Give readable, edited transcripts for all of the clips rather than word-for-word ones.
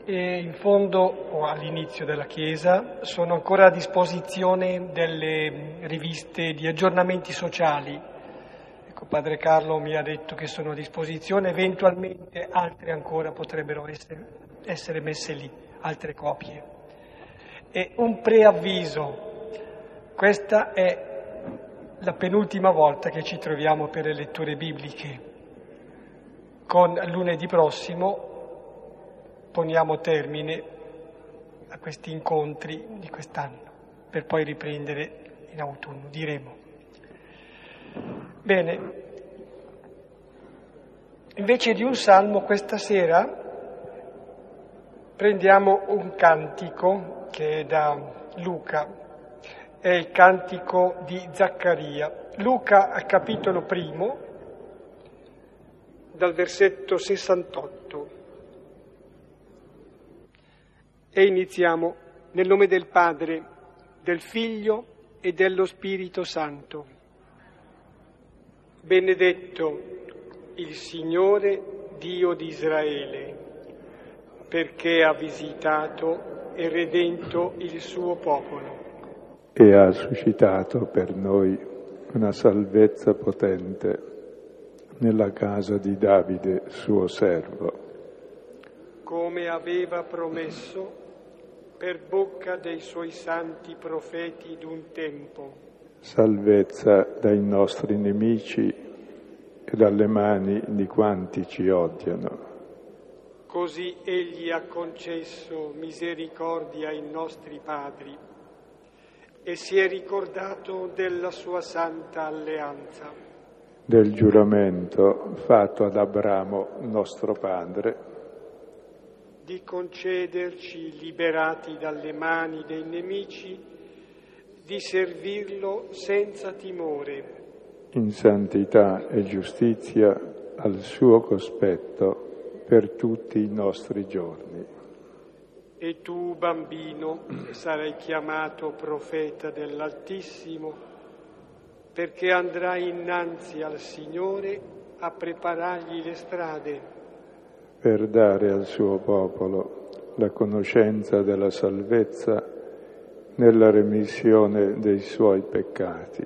E in fondo, o all'inizio della Chiesa, sono ancora a disposizione delle riviste di aggiornamenti sociali. Ecco, Padre Carlo mi ha detto che sono a disposizione, eventualmente altre ancora potrebbero essere messe lì, altre copie. E un preavviso, questa è la penultima volta che ci troviamo per le letture bibliche. Con lunedì prossimo poniamo termine a questi incontri di quest'anno, per poi riprendere in autunno, diremo. Bene, invece di un salmo questa sera prendiamo un cantico che è da Luca, è il cantico di Zaccaria. Luca, al capitolo 1, dal versetto 68. E iniziamo nel nome del Padre, del Figlio e dello Spirito Santo. Benedetto il Signore Dio di Israele, perché ha visitato e redento il suo popolo. E ha suscitato per noi una salvezza potente nella casa di Davide, suo servo. Come aveva promesso per bocca dei suoi santi profeti d'un tempo. Salvezza dai nostri nemici e dalle mani di quanti ci odiano. Così egli ha concesso misericordia ai nostri padri e si è ricordato della sua santa alleanza. Del giuramento fatto ad Abramo, nostro padre, di concederci, liberati dalle mani dei nemici, di servirlo senza timore. In santità e giustizia al suo cospetto per tutti i nostri giorni. E tu, bambino, sarai chiamato profeta dell'Altissimo, perché andrai innanzi al Signore a preparargli le strade, per dare al suo popolo la conoscenza della salvezza nella remissione dei suoi peccati.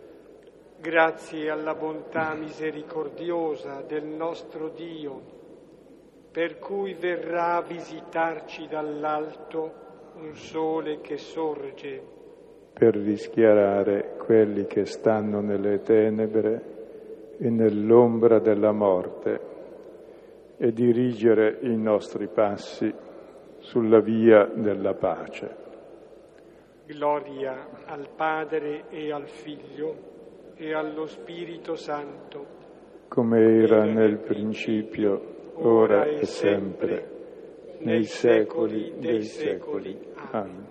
Grazie alla bontà misericordiosa del nostro Dio, per cui verrà a visitarci dall'alto un sole che sorge, per rischiarare quelli che stanno nelle tenebre e nell'ombra della morte, e dirigere i nostri passi sulla via della pace. Gloria al Padre e al Figlio e allo Spirito Santo, come era nel principio, ora e sempre, nei secoli dei secoli. Amen.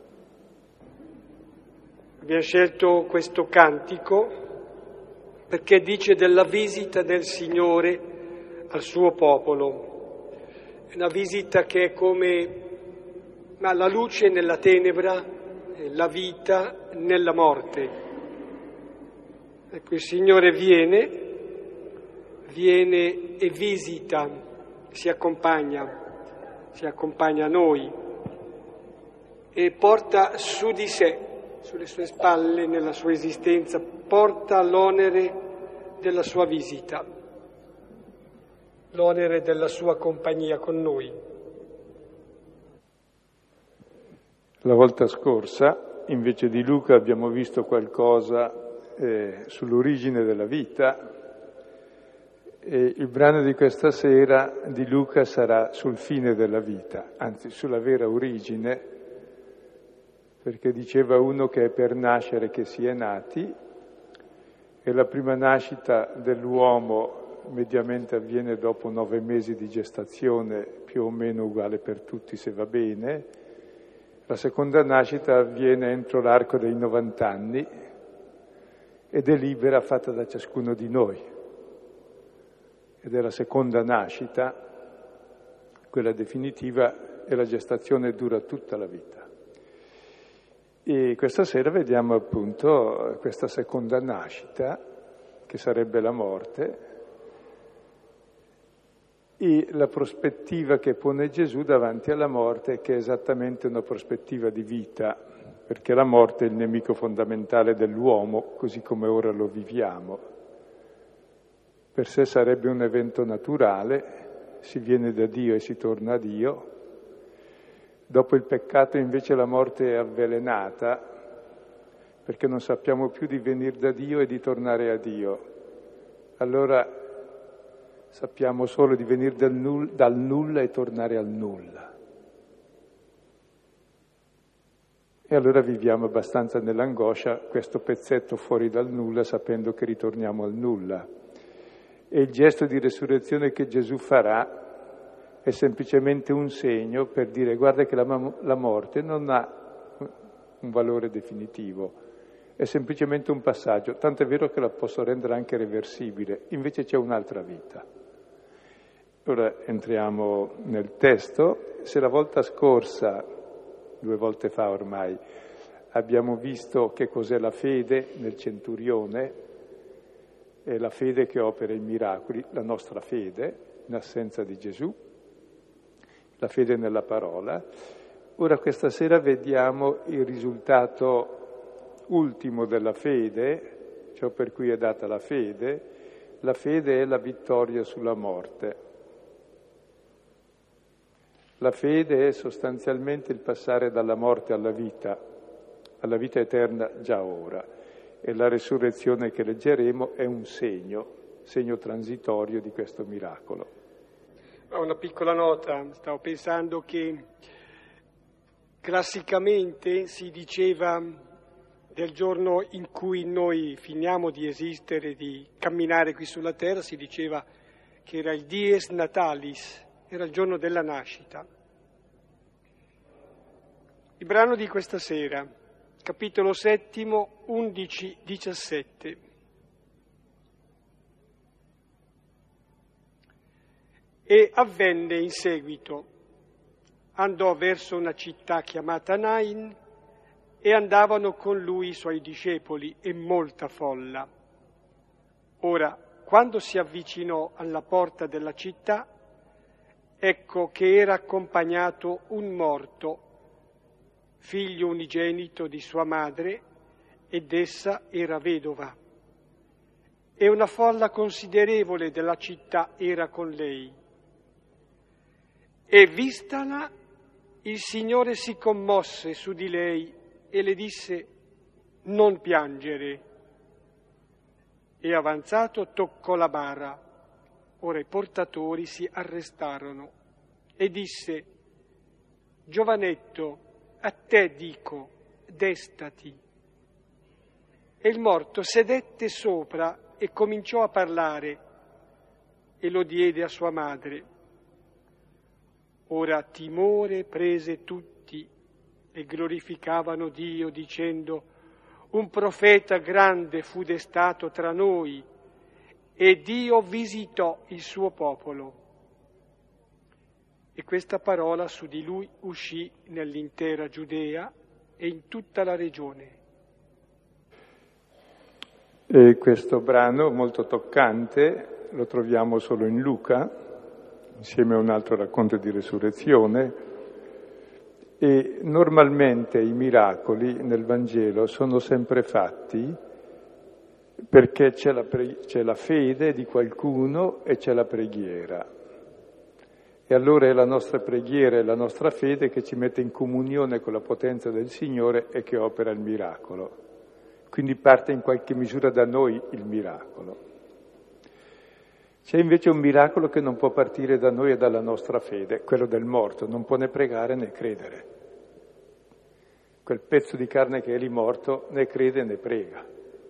Abbiamo scelto questo cantico perché dice della visita del Signore al suo popolo. È una visita che è come la luce nella tenebra, la vita nella morte. Ecco, il Signore viene e visita, si accompagna a noi e porta su di sé, sulle sue spalle, nella sua esistenza, porta l'onere della sua visita, l'onere della sua compagnia con noi. La volta scorsa, invece di Luca, abbiamo visto qualcosa sull'origine della vita, e il brano di questa sera di Luca sarà sul fine della vita, anzi sulla vera origine, perché diceva uno che è per nascere che si è nati, e la prima nascita dell'uomo mediamente avviene dopo 9 mesi di gestazione, più o meno uguale per tutti se va bene. La seconda nascita avviene entro l'arco dei 90 anni ed è libera, fatta da ciascuno di noi. Ed è la seconda nascita, quella definitiva, e la gestazione dura tutta la vita. E questa sera vediamo appunto questa seconda nascita, che sarebbe la morte, e la prospettiva che pone Gesù davanti alla morte, che è esattamente una prospettiva di vita, perché la morte è il nemico fondamentale dell'uomo, così come ora lo viviamo. Per sé sarebbe un evento naturale, si viene da Dio e si torna a Dio. Dopo il peccato invece la morte è avvelenata, perché non sappiamo più di venire da Dio e di tornare a Dio. Allora sappiamo solo di venire dal nulla e tornare al nulla. E allora viviamo abbastanza nell'angoscia, questo pezzetto fuori dal nulla, sapendo che ritorniamo al nulla. E il gesto di resurrezione che Gesù farà è semplicemente un segno per dire: guarda che la morte non ha un valore definitivo, è semplicemente un passaggio, tanto è vero che la posso rendere anche reversibile, invece c'è un'altra vita. Ora entriamo nel testo. Se la volta scorsa, 2 volte fa ormai, abbiamo visto che cos'è la fede nel centurione, è la fede che opera i miracoli, la nostra fede in assenza di Gesù, la fede nella parola. Ora questa sera vediamo il risultato ultimo della fede, ciò per cui è data la fede. La fede è la vittoria sulla morte. La fede è sostanzialmente il passare dalla morte alla vita eterna già ora. E la resurrezione che leggeremo è un segno transitorio di questo miracolo. Una piccola nota, stavo pensando che classicamente si diceva del giorno in cui noi finiamo di esistere, di camminare qui sulla terra, si diceva che era il dies natalis, era il giorno della nascita. Il brano di questa sera, capitolo 7, 11-17. E avvenne in seguito, andò verso una città chiamata Nain e andavano con lui i suoi discepoli e molta folla. Ora, quando si avvicinò alla porta della città, ecco che era accompagnato un morto, figlio unigenito di sua madre, ed essa era vedova. E una folla considerevole della città era con lei. E vistala, il Signore si commosse su di lei e le disse: non piangere. E avanzato toccò la bara. Ora i portatori si arrestarono e disse: giovanetto, a te dico, destati. E il morto sedette sopra e cominciò a parlare e lo diede a sua madre. Ora timore prese tutti e glorificavano Dio dicendo: un profeta grande fu destato tra noi e Dio visitò il suo popolo. E questa parola su di lui uscì nell'intera Giudea e in tutta la regione. E questo brano molto toccante lo troviamo solo in Luca, insieme a un altro racconto di resurrezione, e normalmente i miracoli nel Vangelo sono sempre fatti perché c'è la fede di qualcuno e c'è la preghiera. E allora è la nostra preghiera e la nostra fede che ci mette in comunione con la potenza del Signore e che opera il miracolo. Quindi parte in qualche misura da noi il miracolo. C'è invece un miracolo che non può partire da noi e dalla nostra fede, quello del morto, non può né pregare né credere. Quel pezzo di carne che è lì morto né crede né prega.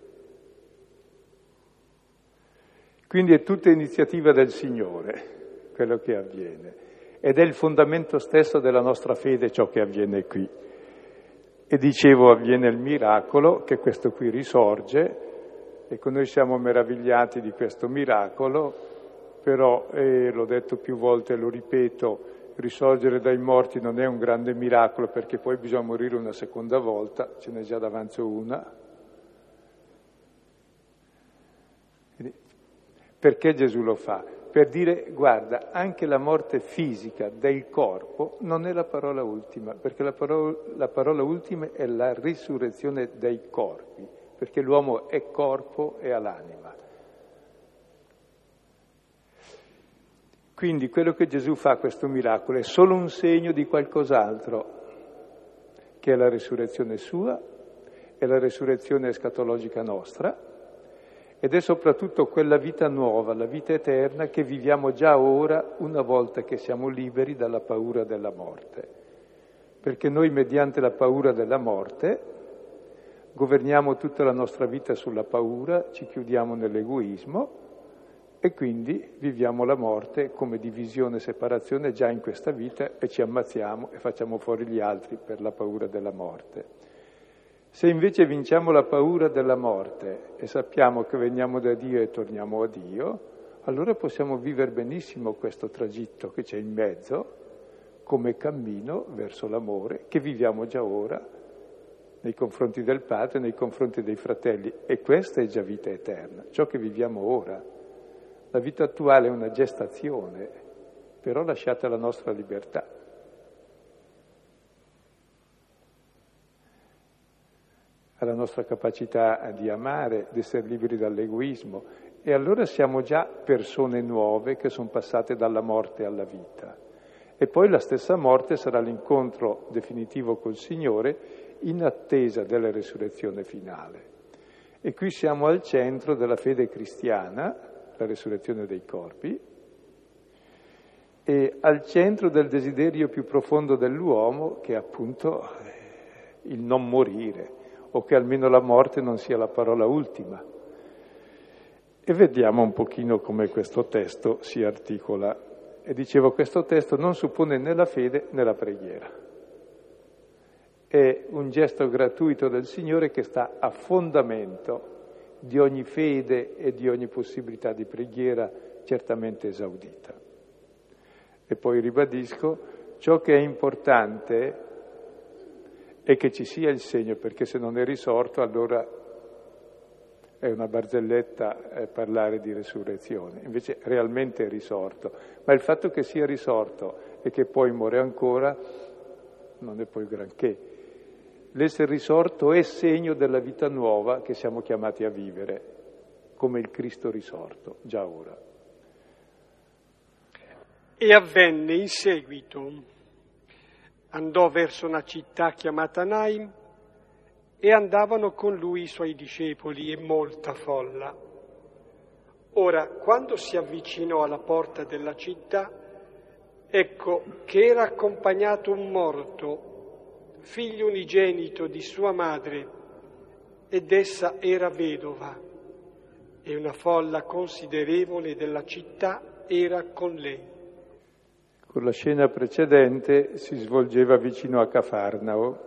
Quindi è tutta iniziativa del Signore quello che avviene, ed è il fondamento stesso della nostra fede ciò che avviene qui. E dicevo, avviene il miracolo, che questo qui risorge, e noi siamo meravigliati di questo miracolo, però, l'ho detto più volte, lo ripeto, risorgere dai morti non è un grande miracolo, perché poi bisogna morire una seconda volta, ce n'è già d'avanzo una. Perché Gesù lo fa? per dire, guarda, anche la morte fisica del corpo non è la parola ultima, perché la parola ultima è la risurrezione dei corpi, perché l'uomo è corpo e ha l'anima. Quindi quello che Gesù fa, questo miracolo, è solo un segno di qualcos'altro, che è la risurrezione sua, è la risurrezione escatologica nostra, ed è soprattutto quella vita nuova, la vita eterna che viviamo già ora una volta che siamo liberi dalla paura della morte. Perché noi mediante la paura della morte governiamo tutta la nostra vita sulla paura, ci chiudiamo nell'egoismo e quindi viviamo la morte come divisione e separazione già in questa vita e ci ammazziamo e facciamo fuori gli altri per la paura della morte. Se invece vinciamo la paura della morte e sappiamo che veniamo da Dio e torniamo a Dio, allora possiamo vivere benissimo questo tragitto che c'è in mezzo come cammino verso l'amore che viviamo già ora nei confronti del Padre, nei confronti dei fratelli. E questa è già vita eterna, ciò che viviamo ora. La vita attuale è una gestazione, però lasciata alla nostra libertà. Alla nostra capacità di amare, di essere liberi dall'egoismo. E allora siamo già persone nuove che sono passate dalla morte alla vita. E poi la stessa morte sarà l'incontro definitivo col Signore in attesa della resurrezione finale. E qui siamo al centro della fede cristiana, la resurrezione dei corpi, e al centro del desiderio più profondo dell'uomo, che è appunto il non morire, o che almeno la morte non sia la parola ultima. E vediamo un pochino come questo testo si articola. E dicevo, questo testo non suppone né la fede né la preghiera. È un gesto gratuito del Signore che sta a fondamento di ogni fede e di ogni possibilità di preghiera certamente esaudita. E poi ribadisco, ciò che è importante è che ci sia il segno, perché se non è risorto allora è una barzelletta parlare di resurrezione. Invece realmente è risorto. Ma il fatto che sia risorto e che poi muore ancora non è poi granché. L'essere risorto è segno della vita nuova che siamo chiamati a vivere, come il Cristo risorto, già ora. E avvenne in seguito. Andò verso una città chiamata Nain e andavano con lui i suoi discepoli e molta folla. Ora, quando si avvicinò alla porta della città, ecco che era accompagnato un morto, figlio unigenito di sua madre, ed essa era vedova, e una folla considerevole della città era con lei. Con la scena precedente si svolgeva vicino a Cafarnao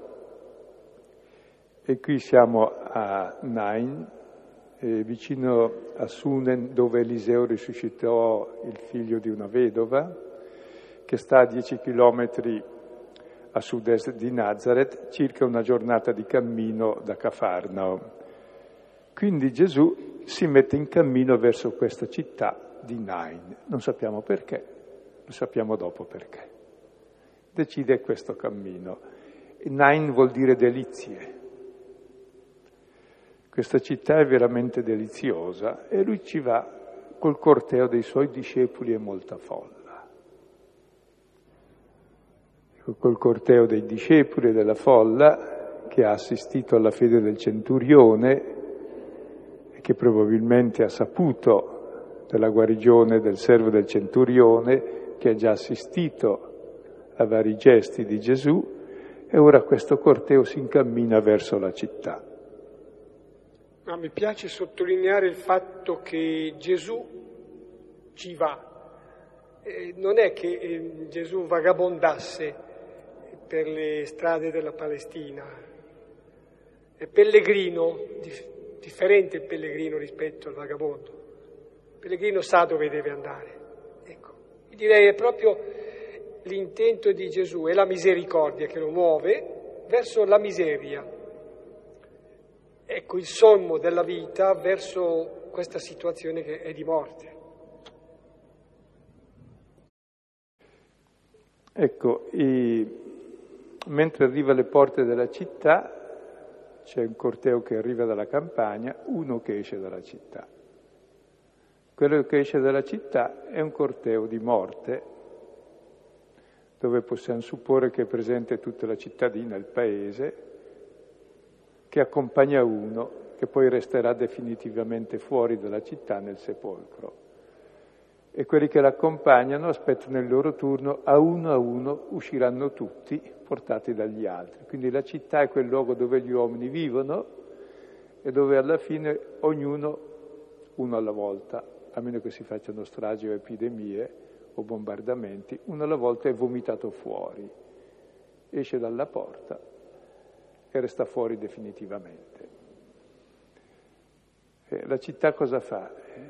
e qui siamo a Nain, vicino a Sunen, dove Eliseo risuscitò il figlio di una vedova, che sta a 10 chilometri a sud-est di Nazareth, circa una giornata di cammino da Cafarnao. Quindi Gesù si mette in cammino verso questa città di Nain. Non sappiamo perché. Lo sappiamo dopo perché. Decide questo cammino. Nain vuol dire delizie. Questa città è veramente deliziosa e lui ci va col corteo dei suoi discepoli e molta folla. Col corteo dei discepoli e della folla che ha assistito alla fede del centurione e che probabilmente ha saputo della guarigione del servo del centurione, che ha già assistito a vari gesti di Gesù, e ora questo corteo si incammina verso la città. Ma mi piace sottolineare il fatto che Gesù ci va. Non è che Gesù vagabondasse per le strade della Palestina. È pellegrino, differente il pellegrino rispetto al vagabondo. Il pellegrino sa dove deve andare. Direi è proprio l'intento di Gesù, è la misericordia che lo muove verso la miseria. Ecco il sommo della vita verso questa situazione che è di morte. Ecco, mentre arriva alle porte della città, c'è un corteo che arriva dalla campagna, uno che esce dalla città. Quello che esce dalla città è un corteo di morte, dove possiamo supporre che è presente tutta la cittadina, il paese, che accompagna uno che poi resterà definitivamente fuori dalla città nel sepolcro. E quelli che l'accompagnano aspettano il loro turno, a uno usciranno tutti, portati dagli altri. Quindi la città è quel luogo dove gli uomini vivono e dove alla fine ognuno, uno alla volta, a meno che si facciano stragi o epidemie o bombardamenti, uno alla volta è vomitato fuori, esce dalla porta e resta fuori definitivamente. La città cosa fa?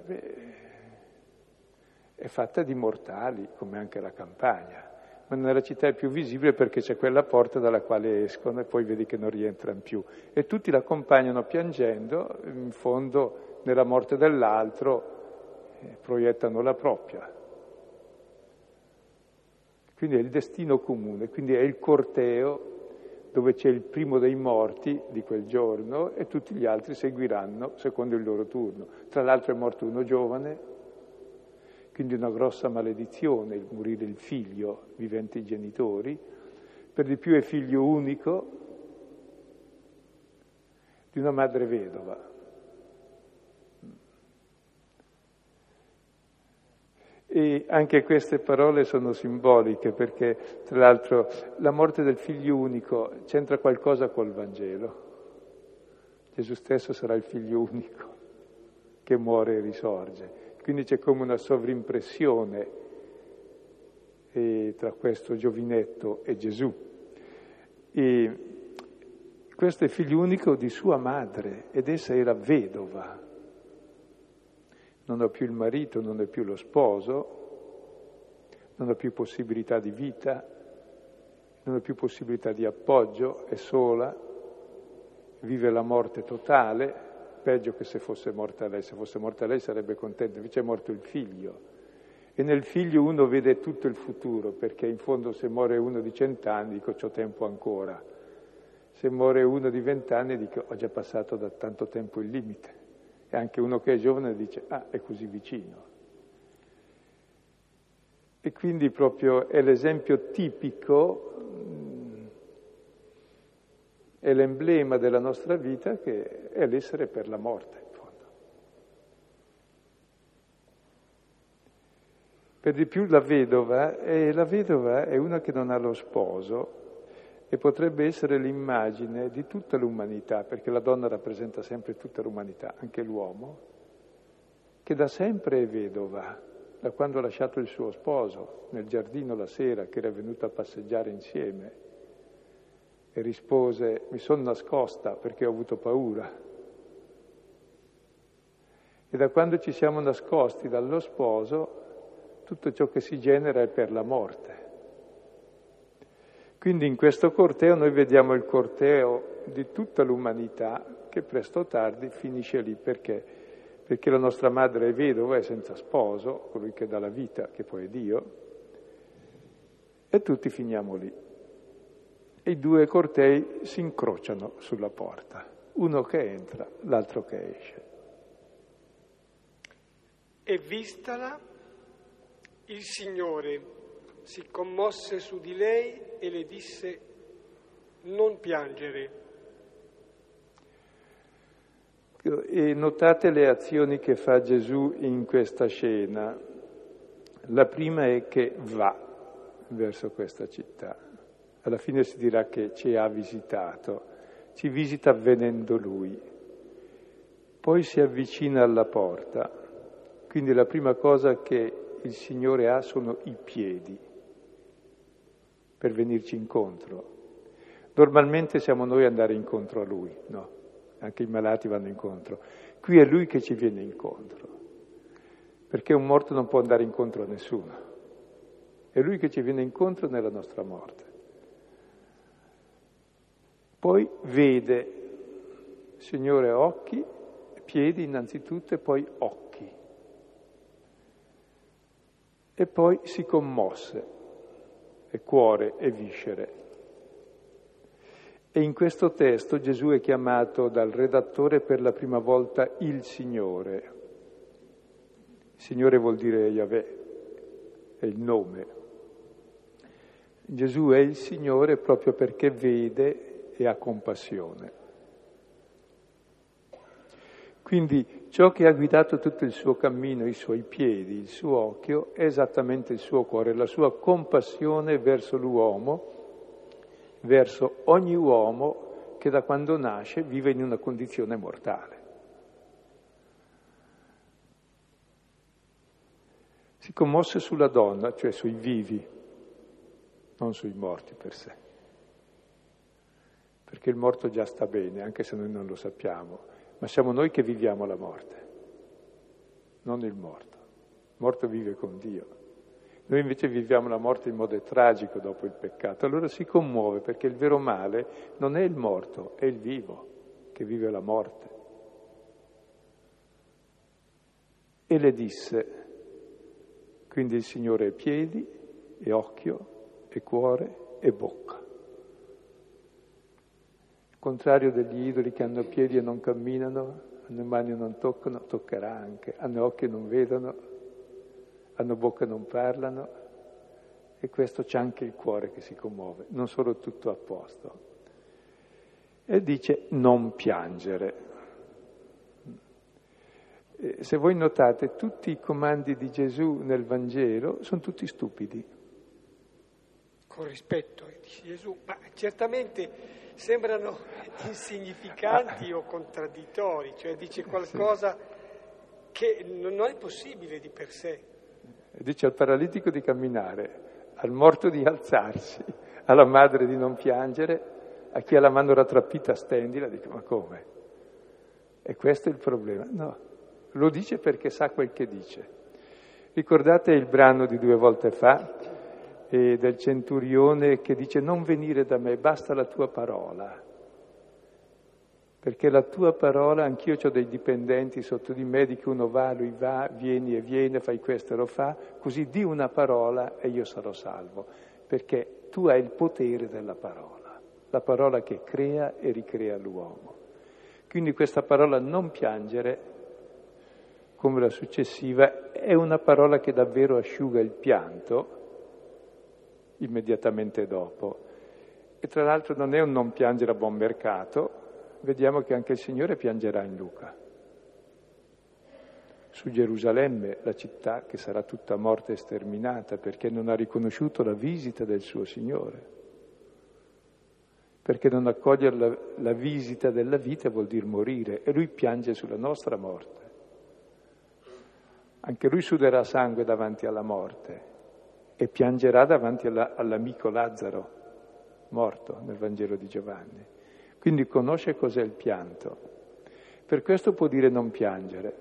È fatta di mortali, come anche la campagna, ma nella città è più visibile perché c'è quella porta dalla quale escono e poi vedi che non rientrano più. E tutti l'accompagnano piangendo, in fondo nella morte dell'altro proiettano la propria. Quindi è il destino comune, quindi è il corteo dove c'è il primo dei morti di quel giorno e tutti gli altri seguiranno secondo il loro turno. Tra l'altro è morto uno giovane, quindi una grossa maledizione il morire il figlio vivente i genitori, per di più è figlio unico di una madre vedova. E anche queste parole sono simboliche perché, tra l'altro, la morte del figlio unico c'entra qualcosa col Vangelo. Gesù stesso sarà il figlio unico che muore e risorge. Quindi c'è come una sovrimpressione tra questo giovinetto e Gesù. E questo è figlio unico di sua madre ed essa era vedova. Non ha più il marito, non è più lo sposo, non ha più possibilità di vita, non ha più possibilità di appoggio, è sola, vive la morte totale, peggio che se fosse morta lei. Se fosse morta lei sarebbe contenta, invece è morto il figlio. E nel figlio uno vede tutto il futuro, perché in fondo se muore uno di 100 anni dico c'ho tempo ancora. Se muore uno di 20 anni dico ho già passato da tanto tempo il limite. E anche uno che è giovane dice, è così vicino. E quindi proprio è l'esempio tipico, è l'emblema della nostra vita che è l'essere per la morte, in fondo. Per di più la vedova è una che non ha lo sposo, e potrebbe essere l'immagine di tutta l'umanità, perché la donna rappresenta sempre tutta l'umanità, anche l'uomo, che da sempre è vedova, da quando ha lasciato il suo sposo nel giardino la sera, che era venuto a passeggiare insieme, e rispose, mi sono nascosta perché ho avuto paura. E da quando ci siamo nascosti dallo sposo, tutto ciò che si genera è per la morte. Quindi in questo corteo noi vediamo il corteo di tutta l'umanità che presto o tardi finisce lì. Perché? Perché la nostra madre è vedova, è senza sposo, colui che dà la vita, che poi è Dio, e tutti finiamo lì. E i due cortei si incrociano sulla porta, uno che entra, l'altro che esce. E vistala, il Signore si commosse su di lei e le disse: non piangere. E notate le azioni che fa Gesù in questa scena. La prima è che va verso questa città. Alla fine si dirà che ci ha visitato, ci visita venendo Lui. Poi si avvicina alla porta. Quindi la prima cosa che il Signore ha sono i piedi per venirci incontro. Normalmente siamo noi ad andare incontro a Lui, no? Anche i malati vanno incontro. Qui è Lui che ci viene incontro, perché un morto non può andare incontro a nessuno. È Lui che ci viene incontro nella nostra morte. Poi vede, Signore, occhi, piedi innanzitutto e poi occhi. E poi si commosse. e cuore e viscere. E in questo testo Gesù è chiamato dal redattore per la prima volta il Signore. Il Signore vuol dire Yahweh, è il nome. Gesù è il Signore proprio perché vede e ha compassione. Quindi ciò che ha guidato tutto il suo cammino, i suoi piedi, il suo occhio, è esattamente il suo cuore, la sua compassione verso l'uomo, verso ogni uomo che da quando nasce vive in una condizione mortale. Si commosse sulla donna, cioè sui vivi, non sui morti per sé. Perché il morto già sta bene, anche se noi non lo sappiamo. Ma siamo noi che viviamo la morte, non il morto. Il morto vive con Dio. Noi invece viviamo la morte in modo tragico dopo il peccato. Allora si commuove perché il vero male non è il morto, è il vivo che vive la morte. E le disse, quindi il Signore è piedi, e occhio, e cuore, e bocca. Contrario degli idoli che hanno piedi e non camminano, hanno mani e non toccano, toccherà anche, hanno occhi e non vedono, hanno bocca e non parlano, e questo c'è anche il cuore che si commuove, non solo tutto a posto. E dice non piangere. Se voi notate, tutti i comandi di Gesù nel Vangelo sono tutti stupidi. Con rispetto, dice Gesù, ma certamente sembrano insignificanti o contraddittori, cioè dice qualcosa che non è possibile di per sé. Dice al paralitico di camminare, al morto di alzarsi, alla madre di non piangere, a chi ha la mano rattrappita stendila, dico ma come? E questo è il problema? No, lo dice perché sa quel che dice. Ricordate il brano di 2 volte fa? Del centurione che dice non venire da me, basta la tua parola, perché la tua parola, anch'io ho dei dipendenti sotto di me, di che uno va, lui va, vieni e viene, fai questo e lo fa, così di una parola e io sarò salvo, perché tu hai il potere della parola, la parola che crea e ricrea l'uomo. Quindi questa parola non piangere, come la successiva, è una parola che davvero asciuga il pianto, immediatamente dopo. E tra l'altro non è un non piangere a buon mercato, vediamo che anche il Signore piangerà in Luca. Su Gerusalemme, la città che sarà tutta morta e sterminata perché non ha riconosciuto la visita del suo Signore. Perché non accogliere la visita della vita vuol dire morire, e lui piange sulla nostra morte. Anche lui suderà sangue davanti alla morte. E piangerà davanti all'amico Lazzaro, morto nel Vangelo di Giovanni. Quindi conosce cos'è il pianto. Per questo può dire non piangere,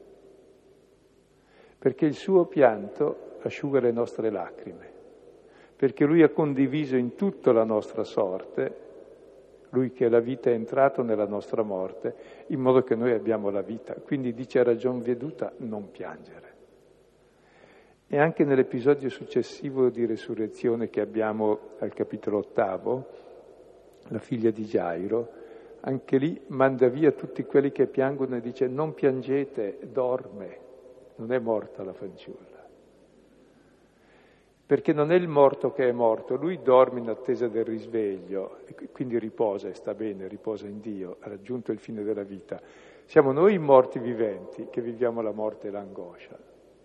perché il suo pianto asciuga le nostre lacrime, perché lui ha condiviso in tutto la nostra sorte, lui che è la vita è entrato nella nostra morte, in modo che noi abbiamo la vita. Quindi dice a ragion veduta non piangere. E anche nell'episodio successivo di resurrezione che abbiamo al capitolo 8, la figlia di Gairo, anche lì manda via tutti quelli che piangono e dice non piangete, dorme, non è morta la fanciulla. Perché non è il morto che è morto, lui dorme in attesa del risveglio, e quindi riposa e sta bene, riposa in Dio, ha raggiunto il fine della vita. Siamo noi i morti viventi che viviamo la morte e l'angoscia.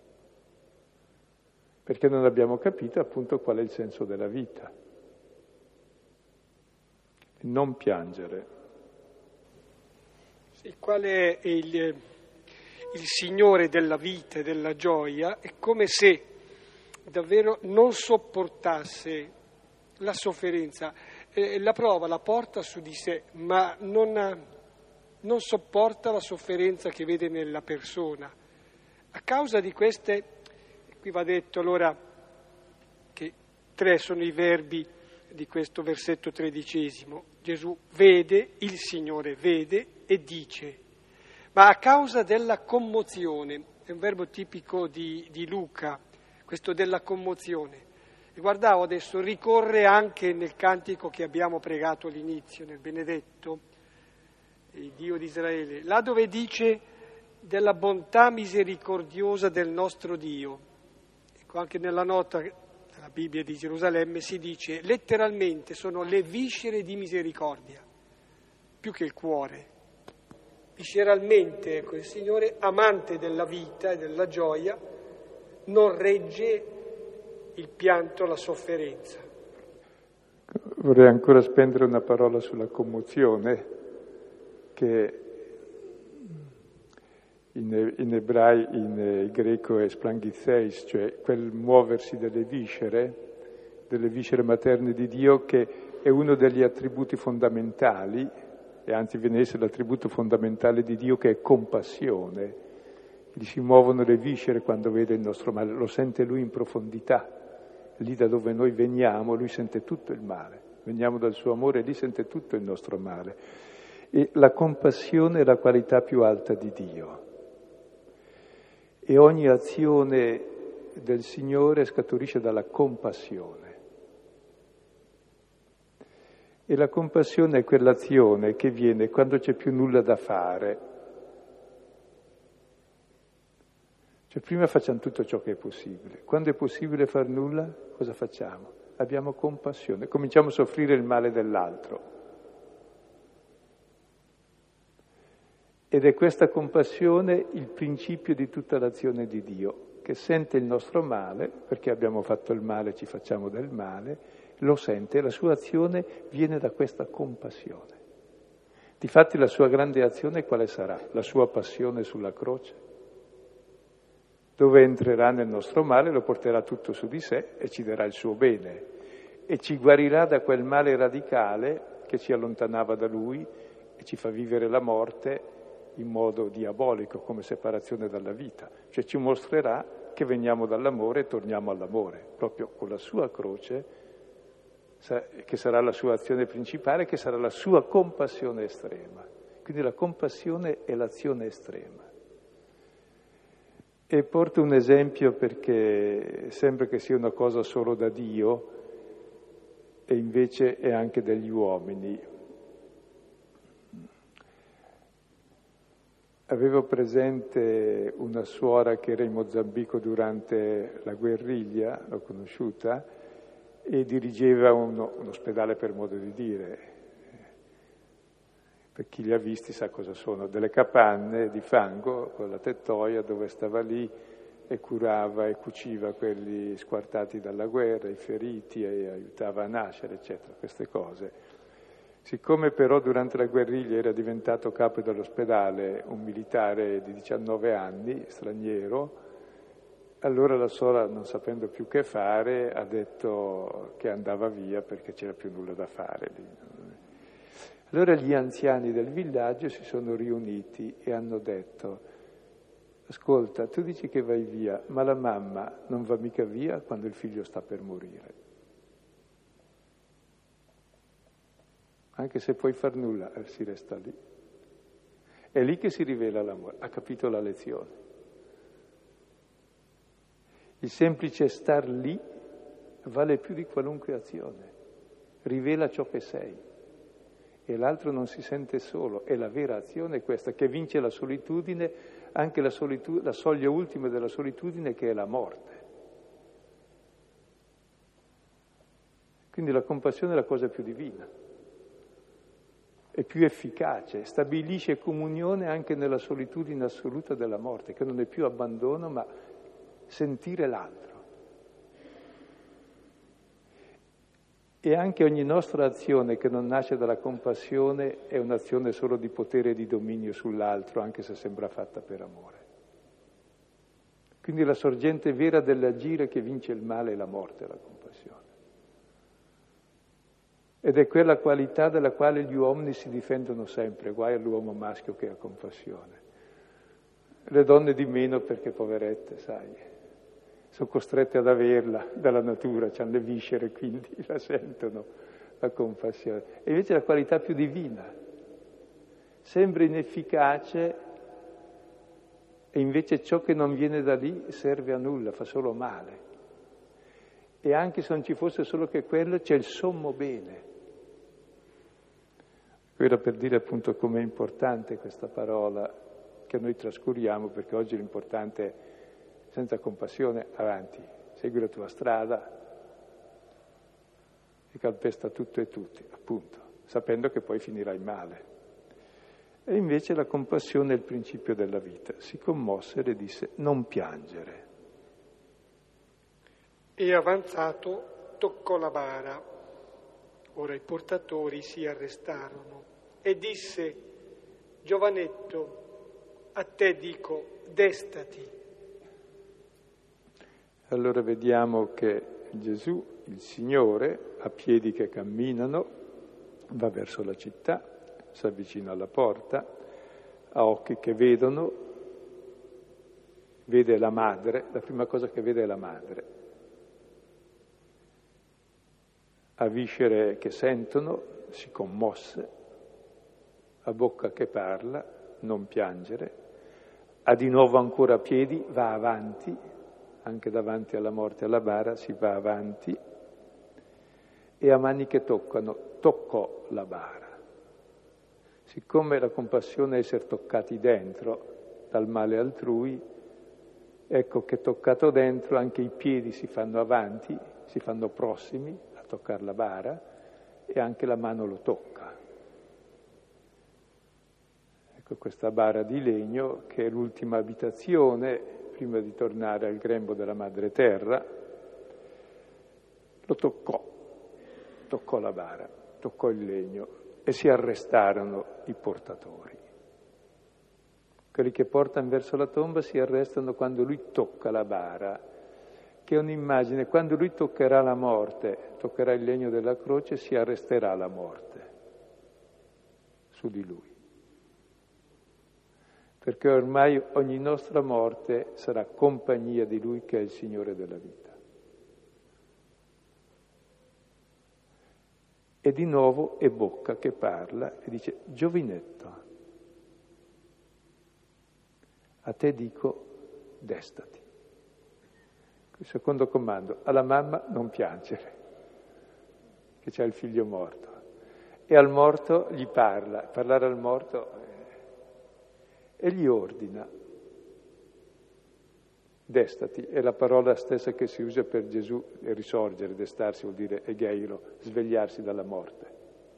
Perché non abbiamo capito appunto qual è il senso della vita. Non piangere. Sì, qual è il Signore della vita e della gioia? È come se davvero non sopportasse la sofferenza, la prova, la porta su di sé, ma non sopporta la sofferenza che vede nella persona. A causa di queste... Qui va detto allora che 3 sono i verbi di questo versetto 13. Gesù vede, il Signore vede e dice, ma a causa della commozione, è un verbo tipico di Luca, questo della commozione, E guardavo adesso, ricorre anche nel cantico che abbiamo pregato all'inizio, nel benedetto, il Dio di Israele, là dove dice della bontà misericordiosa del nostro Dio. Ecco, anche nella nota della Bibbia di Gerusalemme si dice letteralmente sono le viscere di misericordia, più che il cuore. Visceralmente, ecco, il Signore, amante della vita e della gioia, non regge il pianto, la sofferenza. Vorrei ancora spendere una parola sulla commozione, che in greco è splangitheis, cioè quel muoversi delle viscere materne di Dio, che è uno degli attributi fondamentali, e anzi viene a essere l'attributo fondamentale di Dio, che è compassione. Gli si muovono le viscere quando vede il nostro male, lo sente Lui in profondità. Lì da dove noi veniamo, Lui sente tutto il male. Veniamo dal suo amore, lì sente tutto il nostro male. E la compassione è la qualità più alta di Dio. E ogni azione del Signore scaturisce dalla compassione. E la compassione è quell'azione che viene quando c'è più nulla da fare. Cioè prima facciamo tutto ciò che è possibile. Quando è possibile far nulla, cosa facciamo? Abbiamo compassione, cominciamo a soffrire il male dell'altro. Ed è questa compassione il principio di tutta l'azione di Dio, che sente il nostro male, perché abbiamo fatto il male, ci facciamo del male, lo sente, la sua azione viene da questa compassione. Difatti la sua grande azione quale sarà? La sua passione sulla croce, dove entrerà nel nostro male, lo porterà tutto su di sé e ci darà il suo bene e ci guarirà da quel male radicale che ci allontanava da Lui e ci fa vivere la morte in modo diabolico, come separazione dalla vita. Cioè ci mostrerà che veniamo dall'amore e torniamo all'amore, proprio con la sua croce, che sarà la sua azione principale, che sarà la sua compassione estrema. Quindi la compassione è l'azione estrema. E porto un esempio perché sembra che sia una cosa solo da Dio e invece è anche degli uomini. Avevo presente una suora che era in Mozambico durante la guerriglia, l'ho conosciuta, e dirigeva un ospedale, per modo di dire. Per chi li ha visti sa cosa sono, delle capanne di fango con la tettoia dove stava lì e curava e cuciva quelli squartati dalla guerra, i feriti, e aiutava a nascere, eccetera, queste cose. Siccome però durante la guerriglia era diventato capo dell'ospedale un militare di 19 anni, straniero, allora la suora, non sapendo più che fare, ha detto che andava via perché c'era più nulla da fare lì. Allora gli anziani del villaggio si sono riuniti e hanno detto: ascolta, tu dici che vai via, ma la mamma non va mica via quando il figlio sta per morire. Anche se puoi far nulla, si resta lì. È lì che si rivela l'amore. Ha capito la lezione. Il semplice star lì vale più di qualunque azione. Rivela ciò che sei. E l'altro non si sente solo. E la vera azione è questa, che vince la solitudine, anche la soglia ultima della solitudine, che è la morte. Quindi la compassione è la cosa più divina. È più efficace, stabilisce comunione anche nella solitudine assoluta della morte, che non è più abbandono, ma sentire l'altro. E anche ogni nostra azione che non nasce dalla compassione è un'azione solo di potere e di dominio sull'altro, anche se sembra fatta per amore. Quindi la sorgente vera dell'agire che vince il male è la morte, la compassione. Ed è quella qualità della quale gli uomini si difendono sempre, guai all'uomo maschio che ha compassione. Le donne di meno perché, poverette, sai, sono costrette ad averla dalla natura, hanno le viscere, quindi la sentono, la compassione. E invece la qualità più divina sembra inefficace e invece ciò che non viene da lì serve a nulla, fa solo male. E anche se non ci fosse solo che quello, c'è il sommo bene. Era per dire appunto com'è importante questa parola che noi trascuriamo, perché oggi l'importante è senza compassione, avanti, segui la tua strada e calpesta tutto e tutti, appunto, sapendo che poi finirai male. E invece la compassione è il principio della vita. Si commosse e le disse: non piangere. E avanzato toccò la bara. Ora i portatori si arrestarono e disse: giovanetto, a te dico, destati. Allora vediamo che Gesù, il Signore, a piedi che camminano, va verso la città, si avvicina alla porta, ha occhi che vedono, vede la madre, la prima cosa che vede è la madre, ha viscere che sentono, si commosse, ha bocca che parla, non piangere, ha di nuovo ancora piedi, va avanti, anche davanti alla morte e alla bara si va avanti, e ha mani che toccano, toccò la bara. Siccome la compassione è essere toccati dentro dal male altrui, ecco che toccato dentro anche i piedi si fanno avanti, si fanno prossimi a toccare la bara e anche la mano lo tocca. Ecco questa bara di legno che è l'ultima abitazione prima di tornare al grembo della madre terra, lo toccò la bara, toccò il legno e si arrestarono i portatori. Quelli che portano verso la tomba si arrestano quando lui tocca la bara, che è un'immagine, quando lui toccherà la morte, toccherà il legno della croce, si arresterà la morte su di lui. Perché ormai ogni nostra morte sarà compagnia di lui che è il Signore della vita. E di nuovo è bocca che parla e dice: giovinetto, a te dico, destati. Il secondo comando, alla mamma non piangere, che c'ha il figlio morto. E al morto gli parlare al morto, e gli ordina, destati, è la parola stessa che si usa per Gesù, risorgere, destarsi vuol dire egeiro, svegliarsi dalla morte.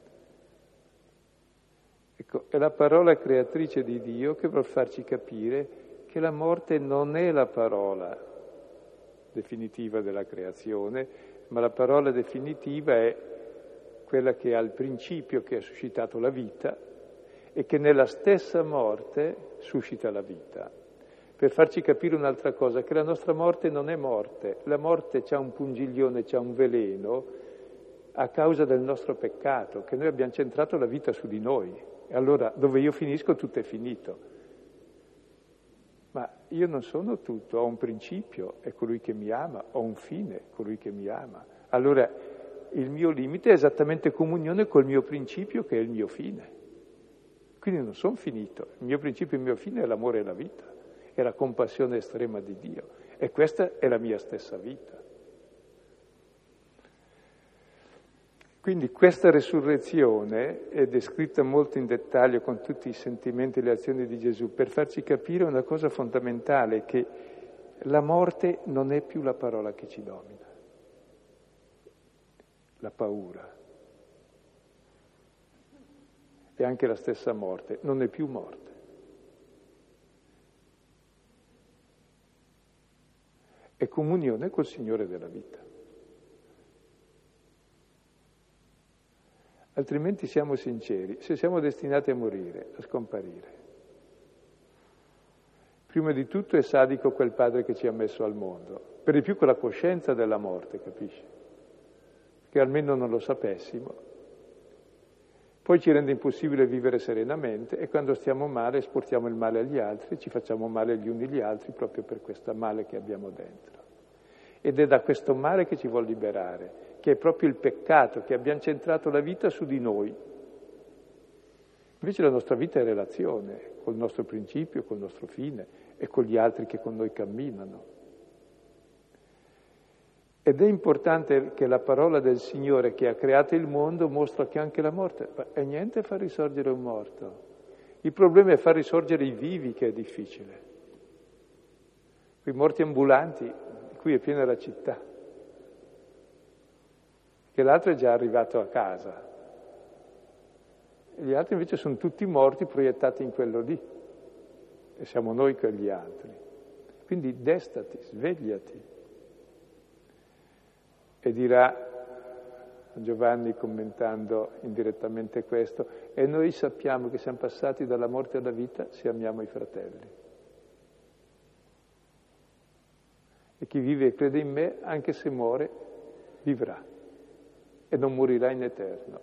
Ecco, è la parola creatrice di Dio che vuol farci capire che la morte non è la parola definitiva della creazione, ma la parola definitiva è quella che ha il principio che ha suscitato la vita e che nella stessa morte suscita la vita. Per farci capire un'altra cosa, che la nostra morte non è morte, la morte c'ha un pungiglione, c'ha un veleno a causa del nostro peccato, che noi abbiamo centrato la vita su di noi. E allora dove io finisco tutto è finito. Ma io non sono tutto, ho un principio, è colui che mi ama, ho un fine, colui che mi ama. Allora il mio limite è esattamente comunione col mio principio che è il mio fine. Quindi non sono finito, il mio principio e il mio fine è l'amore e la vita, è la compassione estrema di Dio e questa è la mia stessa vita. Quindi questa resurrezione è descritta molto in dettaglio con tutti i sentimenti e le azioni di Gesù per farci capire una cosa fondamentale, che la morte non è più la parola che ci domina, la paura. E anche la stessa morte non è più morte. È comunione col Signore della vita. Altrimenti siamo sinceri, se siamo destinati a morire, a scomparire. Prima di tutto è sadico quel padre che ci ha messo al mondo, per di più con la coscienza della morte, capisci? Che almeno non lo sapessimo. Poi ci rende impossibile vivere serenamente e quando stiamo male esportiamo il male agli altri, ci facciamo male gli uni agli altri proprio per questo male che abbiamo dentro. Ed è da questo male che ci vuol liberare, che è proprio il peccato, che abbiamo centrato la vita su di noi. Invece la nostra vita è relazione col nostro principio, col nostro fine e con gli altri che con noi camminano. Ed è importante che la parola del Signore che ha creato il mondo mostra che anche la morte è niente far risorgere un morto. Il problema è far risorgere i vivi, che è difficile. Quei morti ambulanti, di cui è piena la città, che l'altro è già arrivato a casa. E gli altri invece sono tutti morti proiettati in quello lì. E siamo noi quegli altri. Quindi destati, svegliati. E dirà Giovanni, commentando indirettamente questo, e noi sappiamo che siamo passati dalla morte alla vita se amiamo i fratelli. E chi vive e crede in me, anche se muore, vivrà e non morirà in eterno.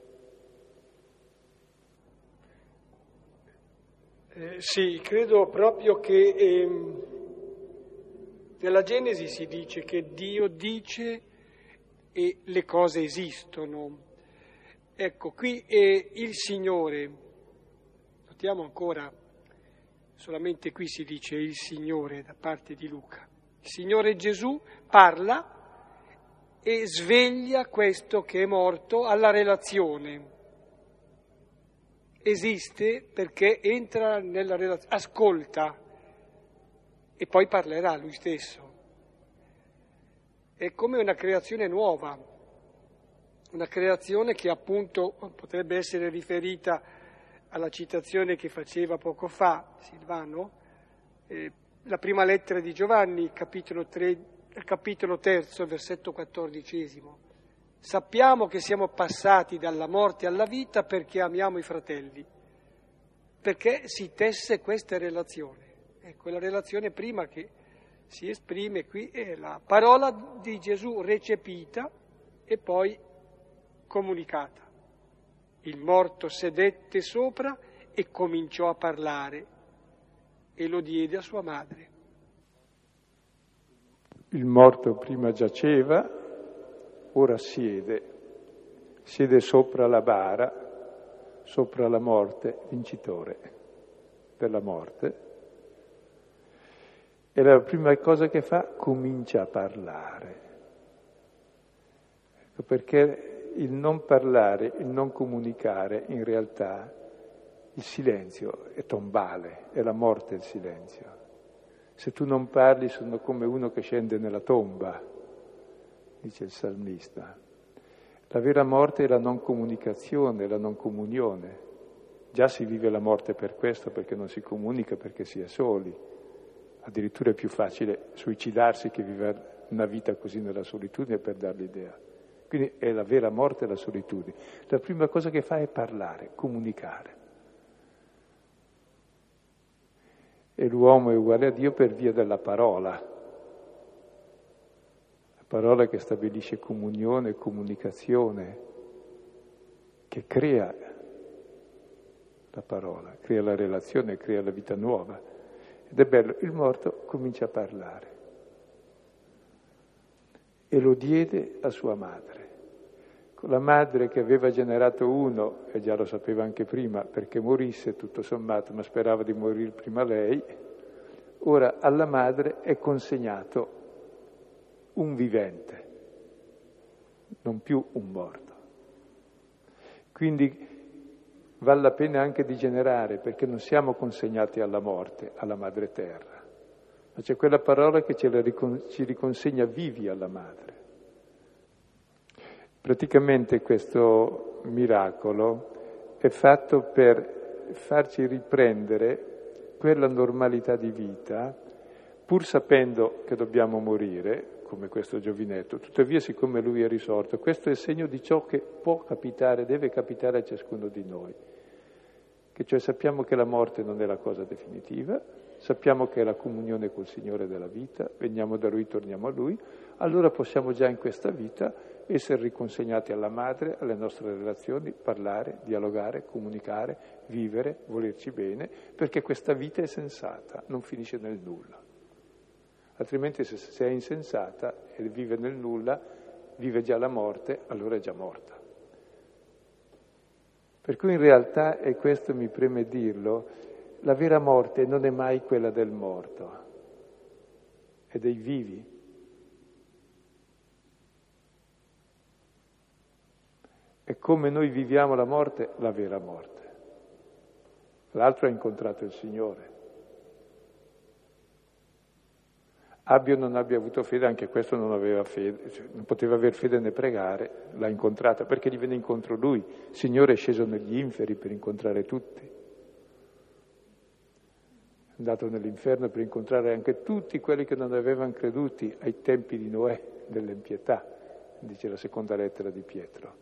Sì, credo proprio che nella Genesi si dice che Dio dice e le cose esistono. Ecco, qui il Signore, notiamo ancora, solamente qui si dice il Signore da parte di Luca. Il Signore Gesù parla e sveglia questo che è morto alla relazione. Esiste perché entra nella relazione, ascolta e poi parlerà lui stesso. È come una creazione nuova, una creazione che appunto potrebbe essere riferita alla citazione che faceva poco fa Silvano, la prima lettera di Giovanni, capitolo 3, capitolo 3, versetto 14. Sappiamo che siamo passati dalla morte alla vita perché amiamo i fratelli, perché si tesse questa relazione. Ecco, la relazione prima che si esprime qui è la parola di Gesù recepita e poi comunicata. Il morto sedette sopra e cominciò a parlare e lo diede a sua madre. Il morto prima giaceva, ora siede sopra la bara, sopra la morte, vincitore della morte. E la prima cosa che fa, comincia a parlare. Ecco, perché il non parlare, il non comunicare, in realtà, il silenzio è tombale, è la morte il silenzio. Se tu non parli sono come uno che scende nella tomba, dice il salmista. La vera morte è la non comunicazione, la non comunione. Già si vive la morte per questo, perché non si comunica, perché si è soli. Addirittura è più facile suicidarsi che vivere una vita così nella solitudine per dar l'idea. Quindi è la vera morte la solitudine. La prima cosa che fa è parlare, comunicare. E l'uomo è uguale a Dio per via della parola. La parola che stabilisce comunione, comunicazione, che crea la parola, crea la relazione, crea la vita nuova. Ed è bello, il morto comincia a parlare e lo diede a sua madre. La madre che aveva generato uno, e già lo sapeva anche prima perché morisse tutto sommato, ma sperava di morire prima lei, ora alla madre è consegnato un vivente, non più un morto. Quindi vale la pena anche di generare, perché non siamo consegnati alla morte, alla madre terra, ma c'è quella parola che ci riconsegna vivi alla madre. Praticamente questo miracolo è fatto per farci riprendere quella normalità di vita, pur sapendo che dobbiamo morire, come questo giovinetto. Tuttavia, siccome lui è risorto, questo è il segno di ciò che può capitare, deve capitare a ciascuno di noi. Che cioè sappiamo che la morte non è la cosa definitiva, sappiamo che è la comunione col Signore della vita, veniamo da Lui, torniamo a Lui, allora possiamo già in questa vita essere riconsegnati alla madre, alle nostre relazioni, parlare, dialogare, comunicare, vivere, volerci bene, perché questa vita è sensata, non finisce nel nulla. Altrimenti se è insensata e vive nel nulla, vive già la morte, allora è già morta. Per cui in realtà, e questo mi preme dirlo, la vera morte non è mai quella del morto, è dei vivi. E come noi viviamo la morte, la vera morte. L'altro ha incontrato il Signore. Abbia o non abbia avuto fede, anche questo non aveva fede, cioè, non poteva aver fede né pregare, l'ha incontrata perché gli venne incontro lui. Il Signore è sceso negli inferi per incontrare tutti. È andato nell'inferno per incontrare anche tutti quelli che non avevano creduti ai tempi di Noè, dell'impietà, dice la seconda lettera di Pietro.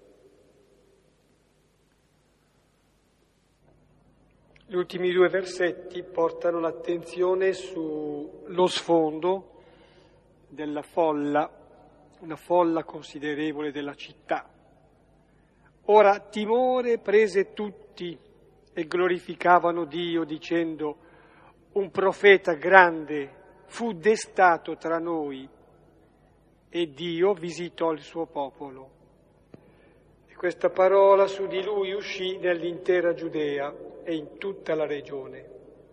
Gli ultimi 2 versetti portano l'attenzione sullo sfondo della folla, una folla considerevole della città. Ora timore prese tutti e glorificavano Dio dicendo: un profeta grande fu destato tra noi e Dio visitò il suo popolo. E questa parola su di lui uscì nell'intera Giudea e in tutta la regione.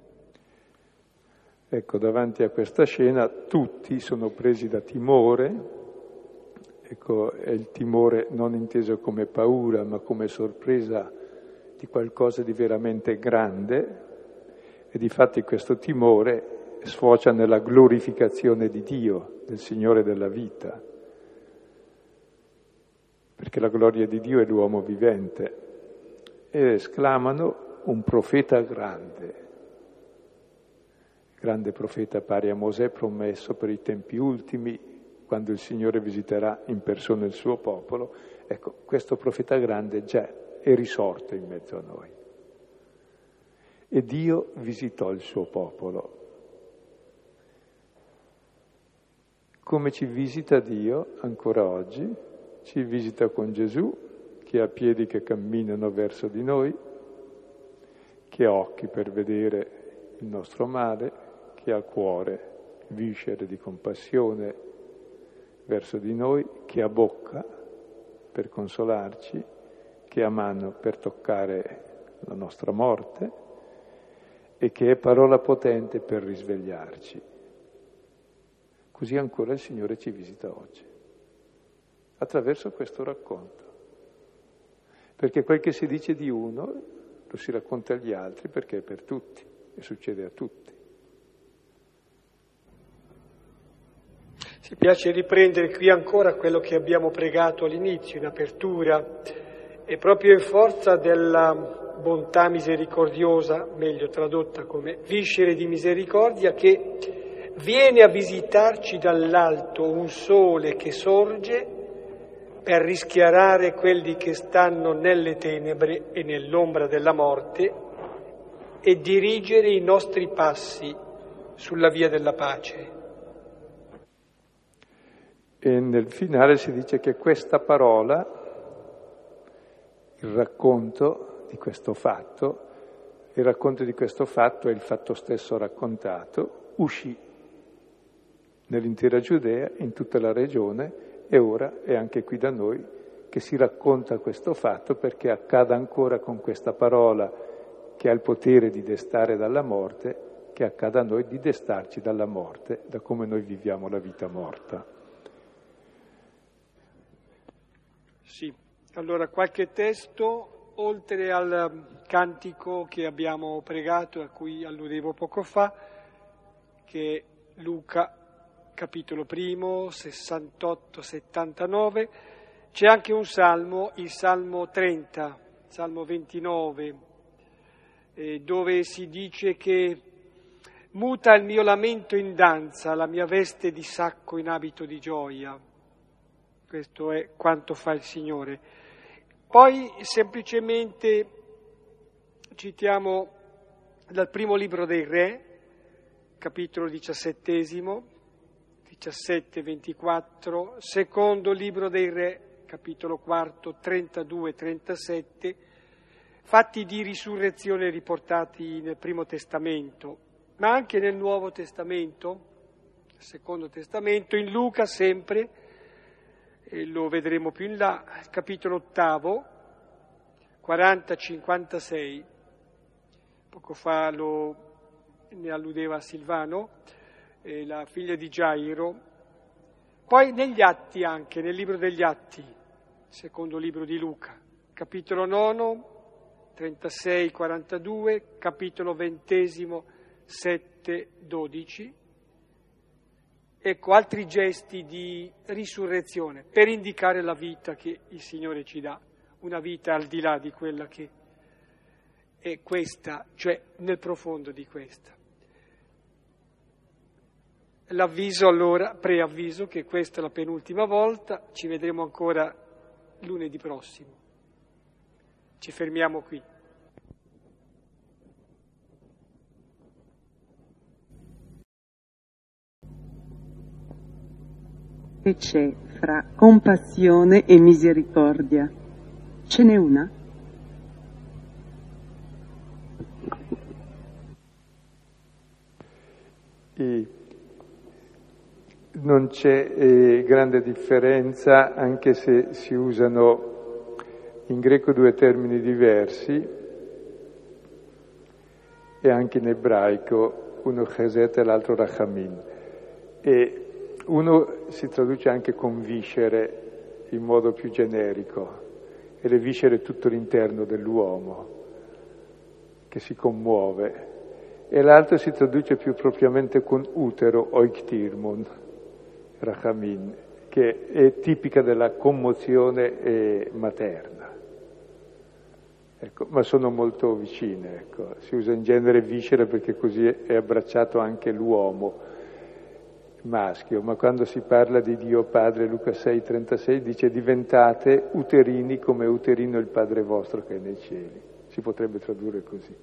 Ecco, davanti a questa scena tutti sono presi da timore, ecco, è il timore non inteso come paura, ma come sorpresa di qualcosa di veramente grande, e difatti questo timore sfocia nella glorificazione di Dio, del Signore della vita, perché la gloria di Dio è l'uomo vivente, e esclamano: un profeta grande profeta pari a Mosè promesso per i tempi ultimi, quando il Signore visiterà in persona il suo popolo. Ecco, questo profeta grande già è risorto in mezzo a noi. E Dio visitò il suo popolo. Come ci visita Dio ancora oggi? Ci visita con Gesù, che ha piedi che camminano verso di noi, che ha occhi per vedere il nostro male, che ha cuore, viscere di compassione verso di noi, che ha bocca per consolarci, che ha mano per toccare la nostra morte e che è parola potente per risvegliarci. Così ancora il Signore ci visita oggi, attraverso questo racconto. Perché quel che si dice di uno lo si racconta agli altri, perché è per tutti e succede a tutti. Ci piace riprendere qui ancora quello che abbiamo pregato all'inizio, in apertura, e proprio in forza della bontà misericordiosa, meglio tradotta come viscere di misericordia, che viene a visitarci dall'alto un sole che sorge per rischiarare quelli che stanno nelle tenebre e nell'ombra della morte e dirigere i nostri passi sulla via della pace. E nel finale si dice che questa parola, il racconto di questo fatto, il racconto di questo fatto è il fatto stesso raccontato, uscì nell'intera Giudea, in tutta la regione, e ora è anche qui da noi che si racconta questo fatto perché accada ancora con questa parola che ha il potere di destare dalla morte, che accada a noi di destarci dalla morte, da come noi viviamo la vita morta. Sì, allora qualche testo, oltre al cantico che abbiamo pregato e a cui alludevo poco fa, che è Luca, capitolo 1, 68-79, c'è anche un salmo, il Salmo 30, Salmo 29, dove si dice che muta il mio lamento in danza, la mia veste di sacco in abito di gioia. Questo è quanto fa il Signore. Poi semplicemente citiamo dal primo libro dei Re, capitolo 17-24, secondo libro dei Re, capitolo 4, 32-37, fatti di risurrezione riportati nel Primo Testamento, ma anche nel Nuovo Testamento, Secondo Testamento, in Luca sempre, e lo vedremo più in là, capitolo 8, 40-56, poco fa ne alludeva Silvano, la figlia di Gairo, poi negli Atti anche, nel libro degli Atti, secondo libro di Luca, capitolo 9, 36-42, capitolo 20, 7-12. Ecco, altri gesti di risurrezione per indicare la vita che il Signore ci dà, una vita al di là di quella che è questa, cioè nel profondo di questa. L'avviso allora, preavviso che questa è la penultima volta, ci vedremo ancora lunedì prossimo. Ci fermiamo qui. Che c'è fra compassione e misericordia? Ce n'è una? Non c'è grande differenza, anche se si usano in greco due termini diversi e anche in ebraico, uno chesed e l'altro rachamim. E uno si traduce anche con viscere in modo più generico, e le viscere è tutto l'interno dell'uomo che si commuove, e l'altro si traduce più propriamente con utero, oiktirmon, rachamim, che è tipica della commozione materna. Ecco, ma sono molto vicine, ecco. Si usa in genere viscere perché così è abbracciato anche l'uomo maschio, ma quando si parla di Dio Padre, Luca 6,36, dice diventate uterini come uterino il Padre vostro che è nei cieli. Si potrebbe tradurre così.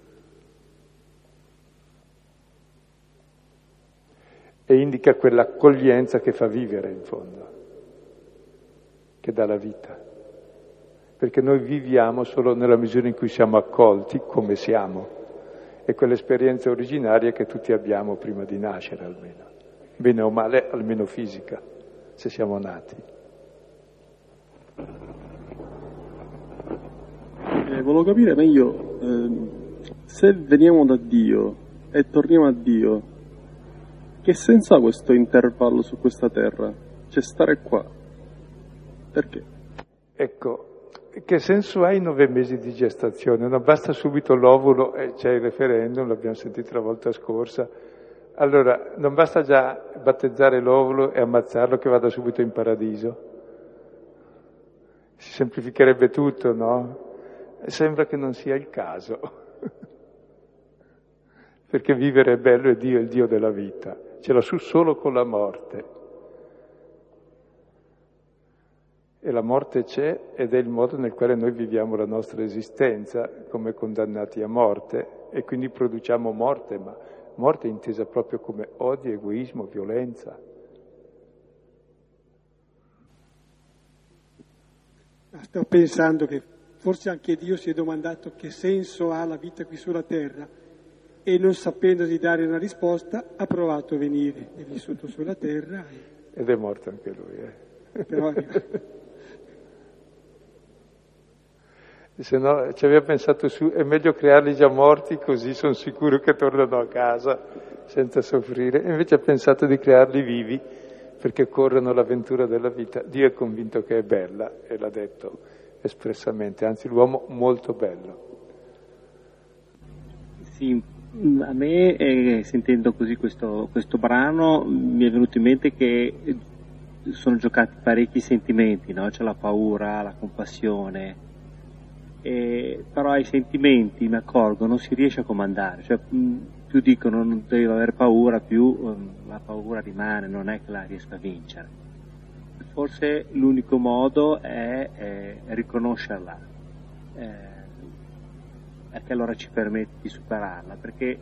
E indica quell'accoglienza che fa vivere in fondo, che dà la vita. Perché noi viviamo solo nella misura in cui siamo accolti come siamo. È quell'esperienza originaria che tutti abbiamo prima di nascere almeno. Bene o male, almeno fisica, se siamo nati. Volevo capire meglio, se veniamo da Dio e torniamo a Dio, che senso ha questo intervallo su questa terra? Cioè stare qua? Perché? Ecco, che senso ha i 9 mesi di gestazione? Non basta subito l'ovulo e c'è il referendum, l'abbiamo sentito la volta scorsa. Allora, non basta già battezzare l'ovulo e ammazzarlo che vada subito in paradiso? Si semplificherebbe tutto, no? E sembra che non sia il caso. Perché vivere è bello e Dio è il Dio della vita. Ce l'ha su solo con la morte. E la morte c'è ed è il modo nel quale noi viviamo la nostra esistenza come condannati a morte e quindi produciamo morte, ma morte intesa proprio come odio, egoismo, violenza. Sto pensando che forse anche Dio si è domandato che senso ha la vita qui sulla terra e non sapendo di dare una risposta ha provato a venire, è vissuto sulla terra. Ed è morto anche lui. Però Se no ci aveva pensato su, è meglio crearli già morti così sono sicuro che tornano a casa senza soffrire. E invece ha pensato di crearli vivi perché corrono l'avventura della vita. Dio è convinto che è bella e l'ha detto espressamente, anzi l'uomo molto bello. Sì, a me sentendo così questo brano mi è venuto in mente che sono giocati parecchi sentimenti, no? C'è la paura, la compassione. Però ai sentimenti, mi accorgo, non si riesce a comandare, cioè più dicono non devi avere paura, più la paura rimane, non è che la riesco a vincere. Forse l'unico modo è riconoscerla, che allora ci permette di superarla, perché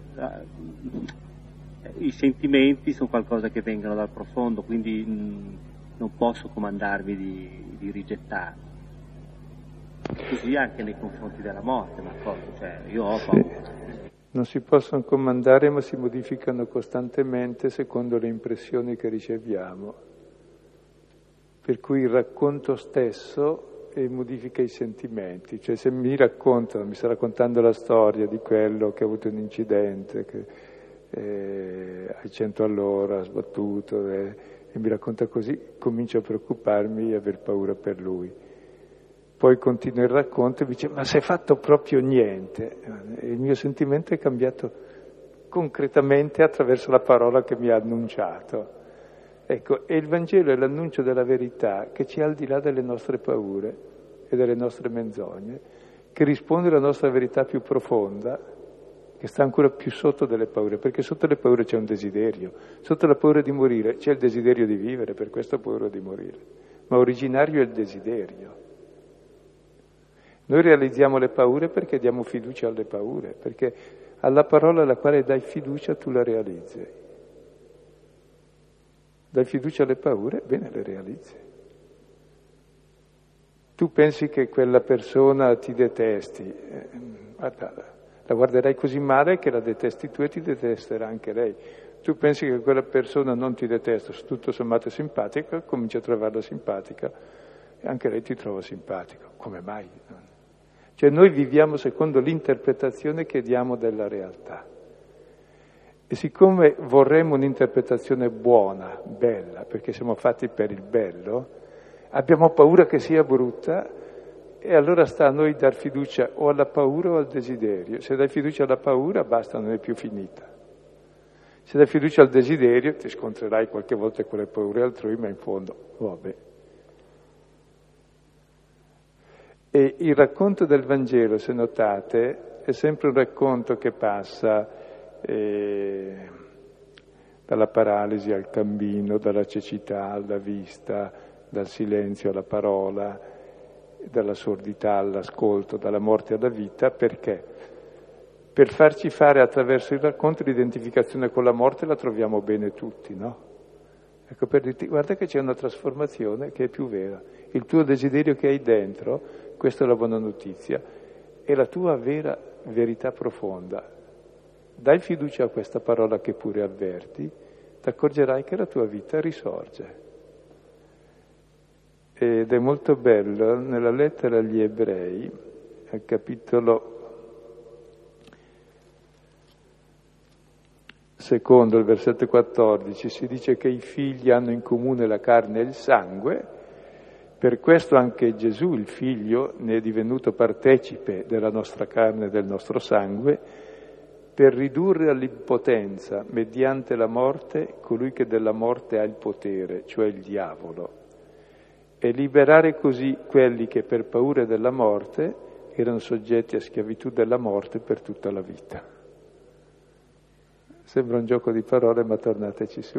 i sentimenti sono qualcosa che vengono dal profondo, quindi non posso comandarmi di rigettarli. Così anche nei confronti della morte, cioè io ho paura. Non si possono comandare, ma si modificano costantemente secondo le impressioni che riceviamo. Per cui il racconto stesso modifica i sentimenti. Cioè se mi sta raccontando la storia di quello che ha avuto un incidente, che ai 100 all'ora ha sbattuto, e mi racconta così, comincio a preoccuparmi e aver paura per lui. Poi continua il racconto e dice: ma si è fatto proprio niente. E il mio sentimento è cambiato concretamente attraverso la parola che mi ha annunciato. Ecco, e il Vangelo è l'annuncio della verità che ci è al di là delle nostre paure e delle nostre menzogne, che risponde alla nostra verità più profonda, che sta ancora più sotto delle paure, perché sotto le paure c'è un desiderio, sotto la paura di morire c'è il desiderio di vivere, per questo ho paura di morire, ma originario è il desiderio. Noi realizziamo le paure perché diamo fiducia alle paure, perché alla parola alla quale dai fiducia tu la realizzi. Dai fiducia alle paure, bene, le realizzi. Tu pensi che quella persona ti detesti, guarda, la guarderai così male che la detesti tu e ti detesterà anche lei. Tu pensi che quella persona non ti detesta, tutto sommato è simpatica, cominci a trovarla simpatica e anche lei ti trova simpatico. Come mai? Cioè noi viviamo secondo l'interpretazione che diamo della realtà. E siccome vorremmo un'interpretazione buona, bella, perché siamo fatti per il bello, abbiamo paura che sia brutta e allora sta a noi dar fiducia o alla paura o al desiderio. Se dai fiducia alla paura, basta, non è più finita. Se dai fiducia al desiderio, ti scontrerai qualche volta con le paure altrui, ma in fondo, vabbè. E il racconto del Vangelo, se notate, è sempre un racconto che passa dalla paralisi al cammino, dalla cecità alla vista, dal silenzio alla parola, dalla sordità all'ascolto, dalla morte alla vita. Perché? Per farci fare attraverso il racconto l'identificazione con la morte, la troviamo bene tutti, no? Ecco, per dirti, guarda che c'è una trasformazione che è più vera. Il tuo desiderio che hai dentro, questa è la buona notizia, è la tua vera verità profonda. Dai fiducia a questa parola che pure avverti, ti accorgerai che la tua vita risorge. Ed è molto bello, nella lettera agli Ebrei, al capitolo 2, il versetto 14, si dice che i figli hanno in comune la carne e il sangue, per questo anche Gesù, il figlio, ne è divenuto partecipe della nostra carne e del nostro sangue, per ridurre all'impotenza, mediante la morte, colui che della morte ha il potere, cioè il diavolo, e liberare così quelli che per paura della morte erano soggetti a schiavitù della morte per tutta la vita. Sembra un gioco di parole, ma tornateci su.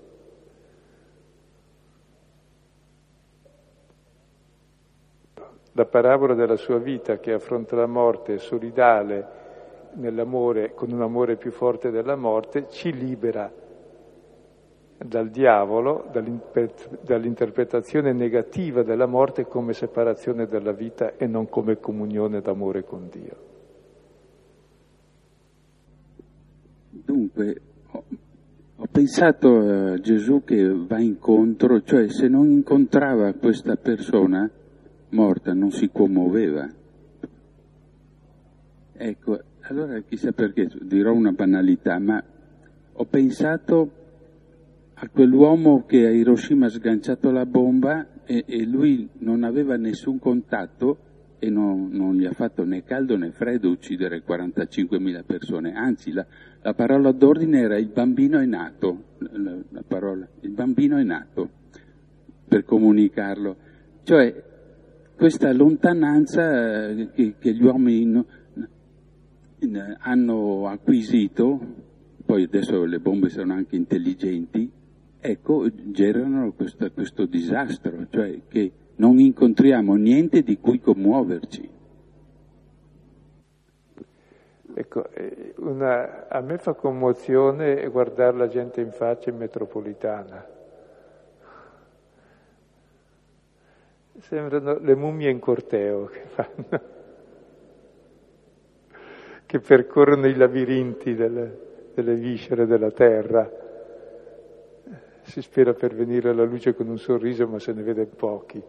La parabola della sua vita che affronta la morte è solidale nell'amore, con un amore più forte della morte, ci libera dal diavolo, dall'interpretazione negativa della morte come separazione dalla vita e non come comunione d'amore con Dio. Dunque, ho pensato a Gesù che va incontro, cioè se non incontrava questa persona morta non si commuoveva. Ecco, allora chissà perché, dirò una banalità, ma ho pensato a quell'uomo che a Hiroshima ha sganciato la bomba e lui non aveva nessun contatto e non gli ha fatto né caldo né freddo uccidere 45.000 persone, anzi la parola d'ordine era il bambino è nato, la parola, il bambino è nato, per comunicarlo. Cioè questa lontananza che gli uomini hanno acquisito, poi adesso le bombe sono anche intelligenti, ecco, generano questo disastro, cioè che non incontriamo niente di cui commuoverci. Ecco, a me fa commozione guardare la gente in faccia in metropolitana. Sembrano le mummie in corteo che fanno, che percorrono i labirinti delle viscere della terra. Si spera per venire alla luce con un sorriso, ma se ne vede pochi.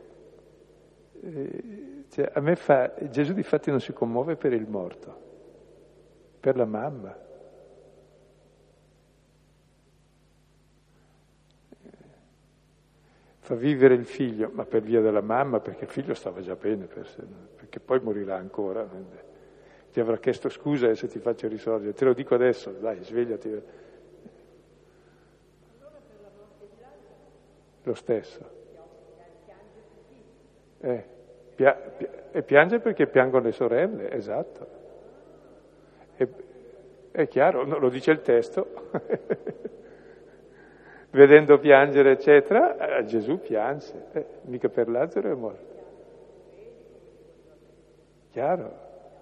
Cioè, Gesù difatti non si commuove per il morto, per la mamma. fa vivere il figlio, ma per via della mamma, perché il figlio stava già bene per sé, perché poi morirà ancora. Ti avrà chiesto scusa se ti faccio risorgere, te lo dico adesso, dai, svegliati. Lo stesso. E piange perché piangono le sorelle, esatto. È chiaro, lo dice il testo. Vedendo piangere, eccetera, Gesù pianse, mica per Lazzaro è morto. Chiaro?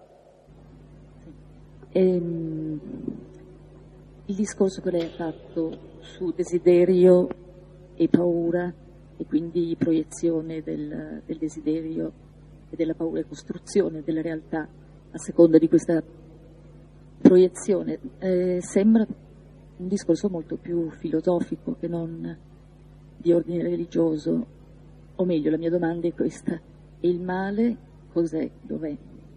Il discorso che lei ha fatto su desiderio e paura, e quindi proiezione del desiderio e della paura e costruzione della realtà a seconda di questa proiezione, sembra un discorso molto più filosofico che non di ordine religioso, o meglio, la mia domanda è questa: e il male cos'è, dov'è?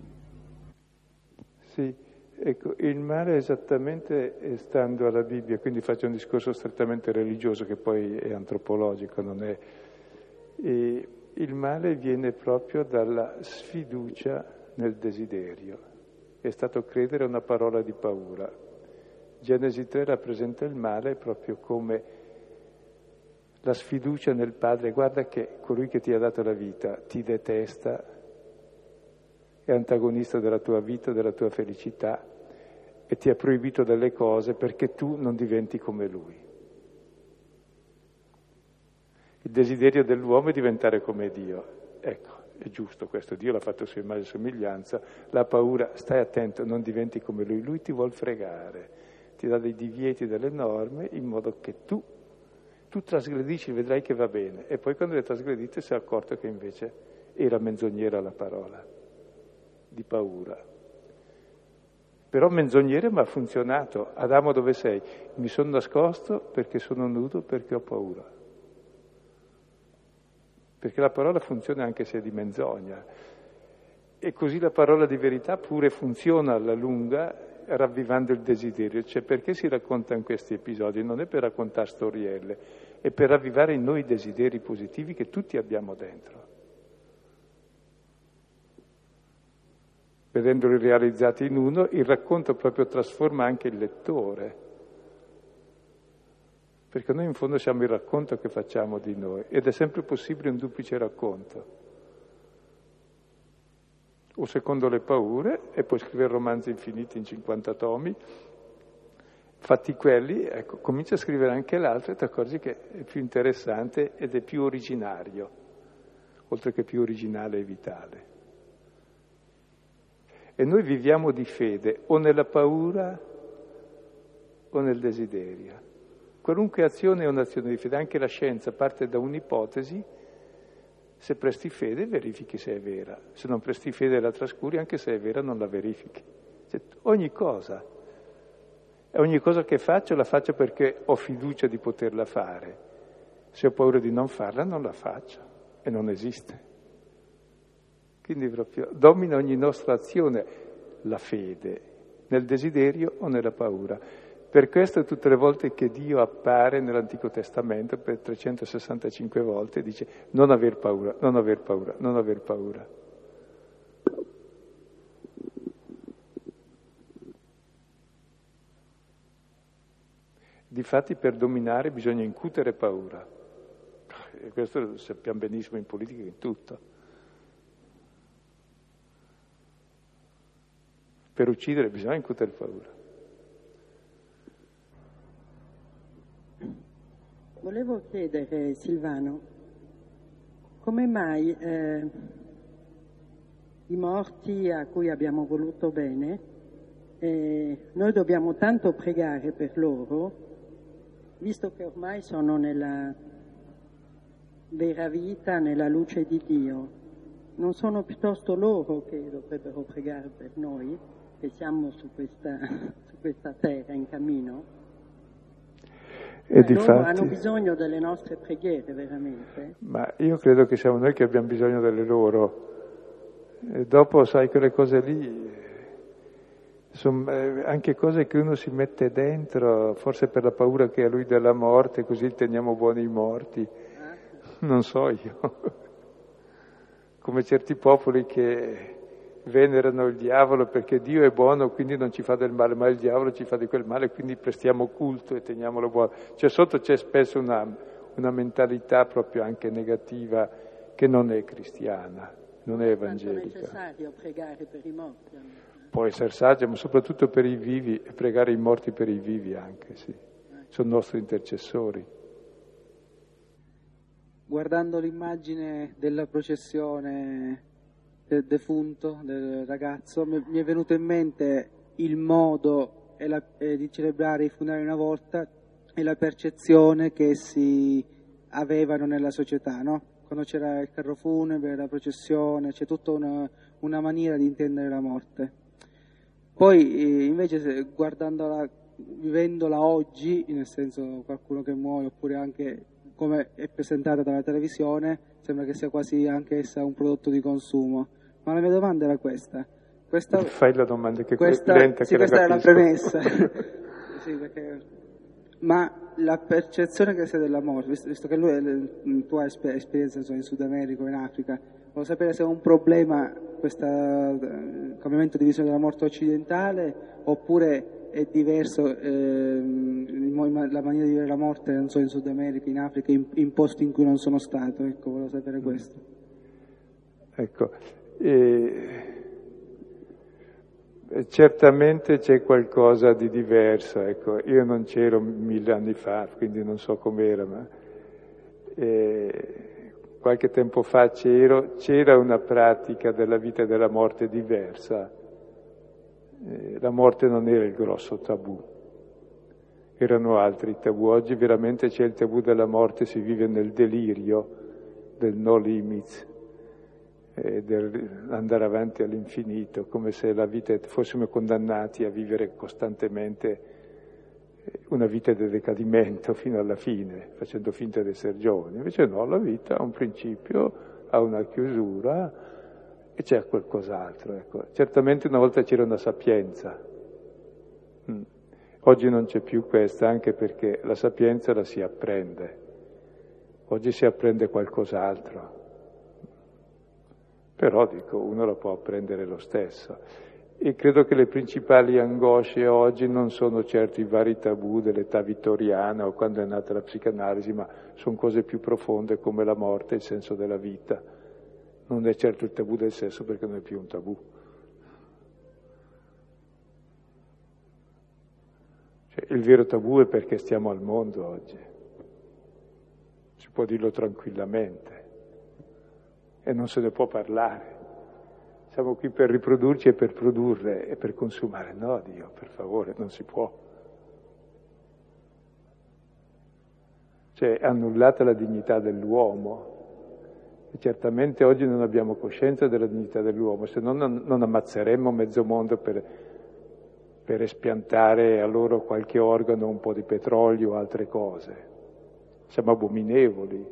Sì, ecco, il male esattamente stando alla Bibbia, quindi faccio un discorso strettamente religioso che poi è antropologico, non è. E il male viene proprio dalla sfiducia nel desiderio, è stato credere a una parola di paura. Genesi 3 rappresenta il male proprio come la sfiducia nel Padre. Guarda che colui che ti ha dato la vita ti detesta, è antagonista della tua vita, della tua felicità, e ti ha proibito delle cose perché tu non diventi come lui. Il desiderio dell'uomo è diventare come Dio. Ecco, è giusto questo, Dio l'ha fatto a sua immagine e somiglianza. La paura, stai attento, non diventi come lui ti vuol fregare, ti dà dei divieti, delle norme, in modo che tu trasgredisci, vedrai che va bene, e poi quando le trasgredite si è accorto che invece era menzognera la parola, di paura. Però menzognere, ma ha funzionato. Adamo, dove sei? Mi sono nascosto perché sono nudo, perché ho paura. Perché la parola funziona anche se è di menzogna. E così la parola di verità pure funziona alla lunga, ravvivando il desiderio. Cioè, perché si raccontano questi episodi? Non è per raccontare storielle, è per ravvivare in noi i desideri positivi che tutti abbiamo dentro. Vedendoli realizzati in uno, il racconto proprio trasforma anche il lettore. Perché noi in fondo siamo il racconto che facciamo di noi, ed è sempre possibile un duplice racconto. O secondo le paure, e puoi scrivere romanzi infiniti in 50 tomi, fatti quelli, ecco, comincia a scrivere anche l'altro e ti accorgi che è più interessante ed è più originario, oltre che più originale e vitale. E noi viviamo di fede o nella paura o nel desiderio. Qualunque azione è un'azione di fede, anche la scienza parte da un'ipotesi. Se presti fede verifichi se è vera, se non presti fede la trascuri, anche se è vera non la verifichi. Cioè, ogni cosa che faccio la faccio perché ho fiducia di poterla fare. Se ho paura di non farla non la faccio e non esiste. Quindi proprio domina ogni nostra azione la fede, nel desiderio o nella paura. Per questo tutte le volte che Dio appare nell'Antico Testamento, per 365 volte, dice non aver paura, non aver paura, non aver paura. Difatti per dominare bisogna incutere paura. E questo lo sappiamo benissimo in politica e in tutto. Per uccidere bisogna incutere paura. Volevo chiedere, Silvano, come mai i morti a cui abbiamo voluto bene, noi dobbiamo tanto pregare per loro, visto che ormai sono nella vera vita, nella luce di Dio. Non sono piuttosto loro che dovrebbero pregare per noi, che siamo su questa terra in cammino? E loro hanno bisogno delle nostre preghiere, veramente. Ma io credo che siamo noi che abbiamo bisogno delle loro. E dopo, sai, quelle cose lì, sono anche cose che uno si mette dentro, forse per la paura che ha lui della morte, così teniamo buoni i morti. Non so io. Come certi popoli che venerano il diavolo perché Dio è buono, quindi non ci fa del male, ma il diavolo ci fa di quel male, quindi prestiamo culto e teniamolo buono. Cioè sotto c'è spesso una mentalità proprio anche negativa che non è cristiana, non è evangelica. È necessario pregare per i morti. Può essere saggio, ma soprattutto per i vivi, e pregare i morti per i vivi anche, sì. Sono nostri intercessori. Guardando l'immagine della processione del defunto, del ragazzo, mi è venuto in mente il modo di celebrare i funerali una volta e la percezione che si avevano nella società, no? Quando c'era il carro funebre, la processione, c'è tutta una maniera di intendere la morte. Poi invece vivendola oggi, nel senso qualcuno che muore, oppure anche come è presentata dalla televisione, sembra che sia quasi anche essa un prodotto di consumo. Ma la mia domanda era questa. Fai la domanda che questa, lenta, sì, che questa la era la capisco. premessa. Sì, ma la percezione che sia della morte, visto che tu hai esperienza in Sud America o in Africa, volevo sapere se è un problema questo cambiamento di visione della morte occidentale, oppure è diverso la maniera di vivere la morte, non so, in Sud America, in Africa, in posti in cui non sono stato. Ecco, volevo sapere questo. Ecco, certamente c'è qualcosa di diverso, ecco. Io non c'ero 1000 anni fa, quindi non so com'era, ma qualche tempo fa c'era una pratica della vita e della morte diversa. La morte non era il grosso tabù, erano altri tabù. Oggi veramente c'è il tabù della morte, si vive nel delirio del no limits, andare avanti all'infinito, come se la vita fossimo condannati a vivere costantemente una vita di decadimento fino alla fine, facendo finta di essere giovani. Invece no, la vita ha un principio, ha una chiusura e c'è qualcos'altro. Ecco. Certamente una volta c'era una sapienza, oggi non c'è più questa, anche perché la sapienza la si apprende, oggi si apprende qualcos'altro. Però, dico, uno lo può apprendere lo stesso. E credo che le principali angosce oggi non sono certo i vari tabù dell'età vittoriana o quando è nata la psicanalisi, ma sono cose più profonde come la morte e il senso della vita. Non è certo il tabù del sesso, perché non è più un tabù. Cioè, il vero tabù è perché stiamo al mondo oggi. Si può dirlo tranquillamente. E non se ne può parlare. Siamo qui per riprodurci e per produrre e per consumare. No, Dio, per favore, non si può. Cioè, è annullata la dignità dell'uomo. E certamente oggi non abbiamo coscienza della dignità dell'uomo, se no non ammazzeremmo mezzo mondo per espiantare a loro qualche organo, un po' di petrolio o altre cose. Siamo abominevoli,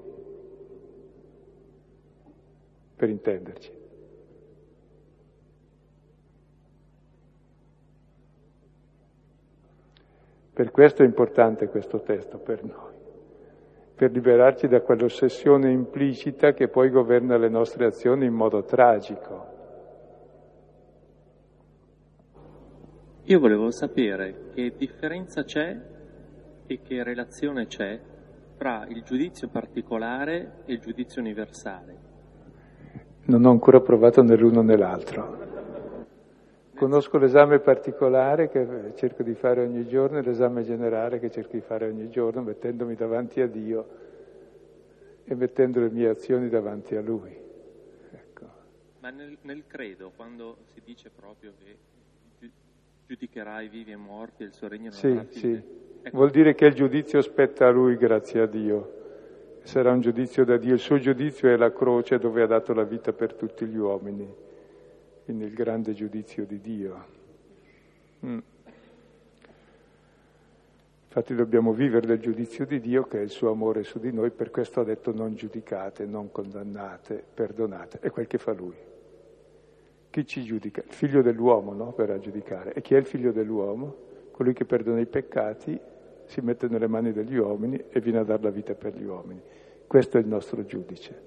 per intenderci. Per questo è importante questo testo per noi, per liberarci da quell'ossessione implicita che poi governa le nostre azioni in modo tragico. Io volevo sapere che differenza c'è e che relazione c'è tra il giudizio particolare e il giudizio universale. Non ho ancora provato né l'uno né l'altro. Conosco l'esame particolare che cerco di fare ogni giorno e l'esame generale che cerco di fare ogni giorno, mettendomi davanti a Dio e mettendo le mie azioni davanti a Lui. Ecco. Ma nel credo, quando si dice proprio che giudicherai vivi e morti e il suo regno non avrà fine. Sì. Ecco. Vuol dire che il giudizio spetta a Lui, grazie a Dio. Sarà un giudizio da Dio. Il suo giudizio è la croce dove ha dato la vita per tutti gli uomini. Quindi il grande giudizio di Dio. Infatti dobbiamo vivere del giudizio di Dio, che è il suo amore su di noi, per questo ha detto non giudicate, non condannate, perdonate. È quel che fa Lui. Chi ci giudica? Il figlio dell'uomo, no? Per giudicare. E chi è il figlio dell'uomo? Colui che perdona i peccati, si mette nelle mani degli uomini e viene a dare la vita per gli uomini. Questo è il nostro giudice.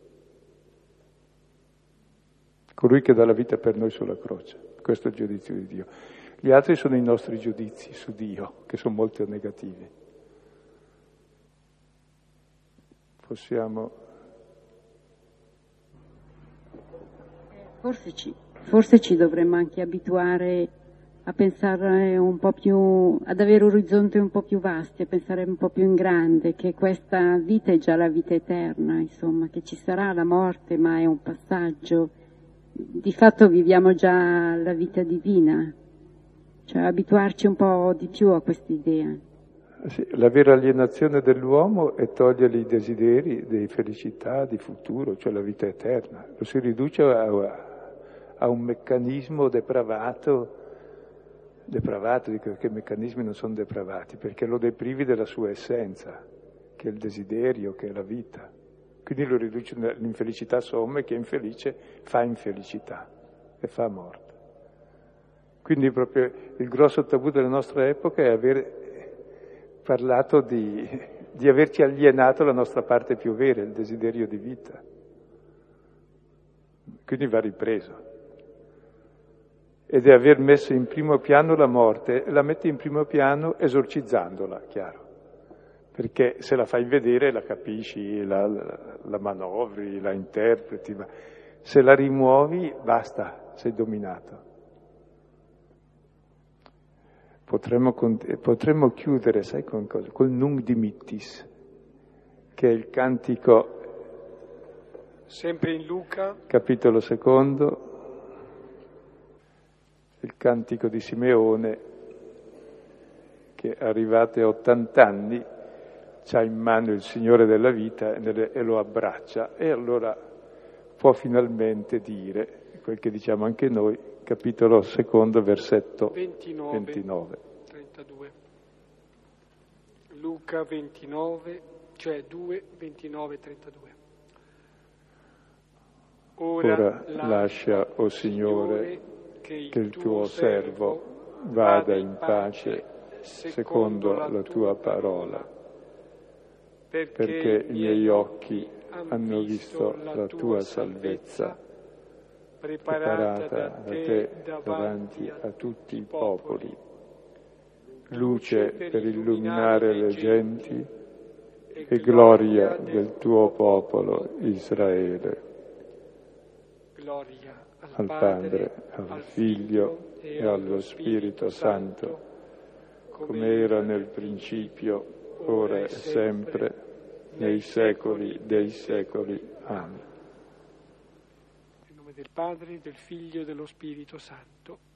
Colui che dà la vita per noi sulla croce. Questo è il giudizio di Dio. Gli altri sono i nostri giudizi su Dio, che sono molto negativi. Possiamo... Forse ci dovremmo anche abituare a pensare un po' più, ad avere orizzonti un po' più vasti, a pensare un po' più in grande, che questa vita è già la vita eterna, insomma, che ci sarà la morte, ma è un passaggio. Di fatto viviamo già la vita divina, cioè abituarci un po' di più a quest'idea. Sì, la vera alienazione dell'uomo è togliergli i desideri di felicità, di futuro, cioè la vita eterna. Lo si riduce a un meccanismo depravato, dico che i meccanismi non sono depravati, perché lo deprivi della sua essenza, che è il desiderio, che è la vita. Quindi lo riduce all'infelicità somma e chi è infelice fa infelicità e fa morte. Quindi proprio il grosso tabù della nostra epoca è aver parlato di averci alienato la nostra parte più vera, il desiderio di vita. Quindi va ripreso. Ed è aver messo in primo piano la morte, la metti in primo piano esorcizzandola, chiaro. Perché se la fai vedere la capisci, la manovri, la interpreti, ma se la rimuovi basta, sei dominato. Potremmo chiudere, sai con cosa? Col Nunc Dimittis, che è il cantico, sempre in Luca, capitolo 2, il cantico di Simeone, che arrivati a 80 anni c'ha in mano il Signore della vita e lo abbraccia, e allora può finalmente dire quel che diciamo anche noi, capitolo 2, versetto 29. 32. Luca 29, cioè 2, 29, 32. Ora lascia, o Signore, che il tuo servo vada in pace secondo la tua parola, perché i miei occhi hanno visto la tua salvezza, preparata da te davanti a tutti i popoli, luce per illuminare le genti e gloria del tuo popolo Israele. Gloria al Padre, al Figlio e allo Spirito Santo, come era nel principio, ora e sempre, nei secoli dei secoli. Amen. Nel nome del Padre, del Figlio e dello Spirito Santo.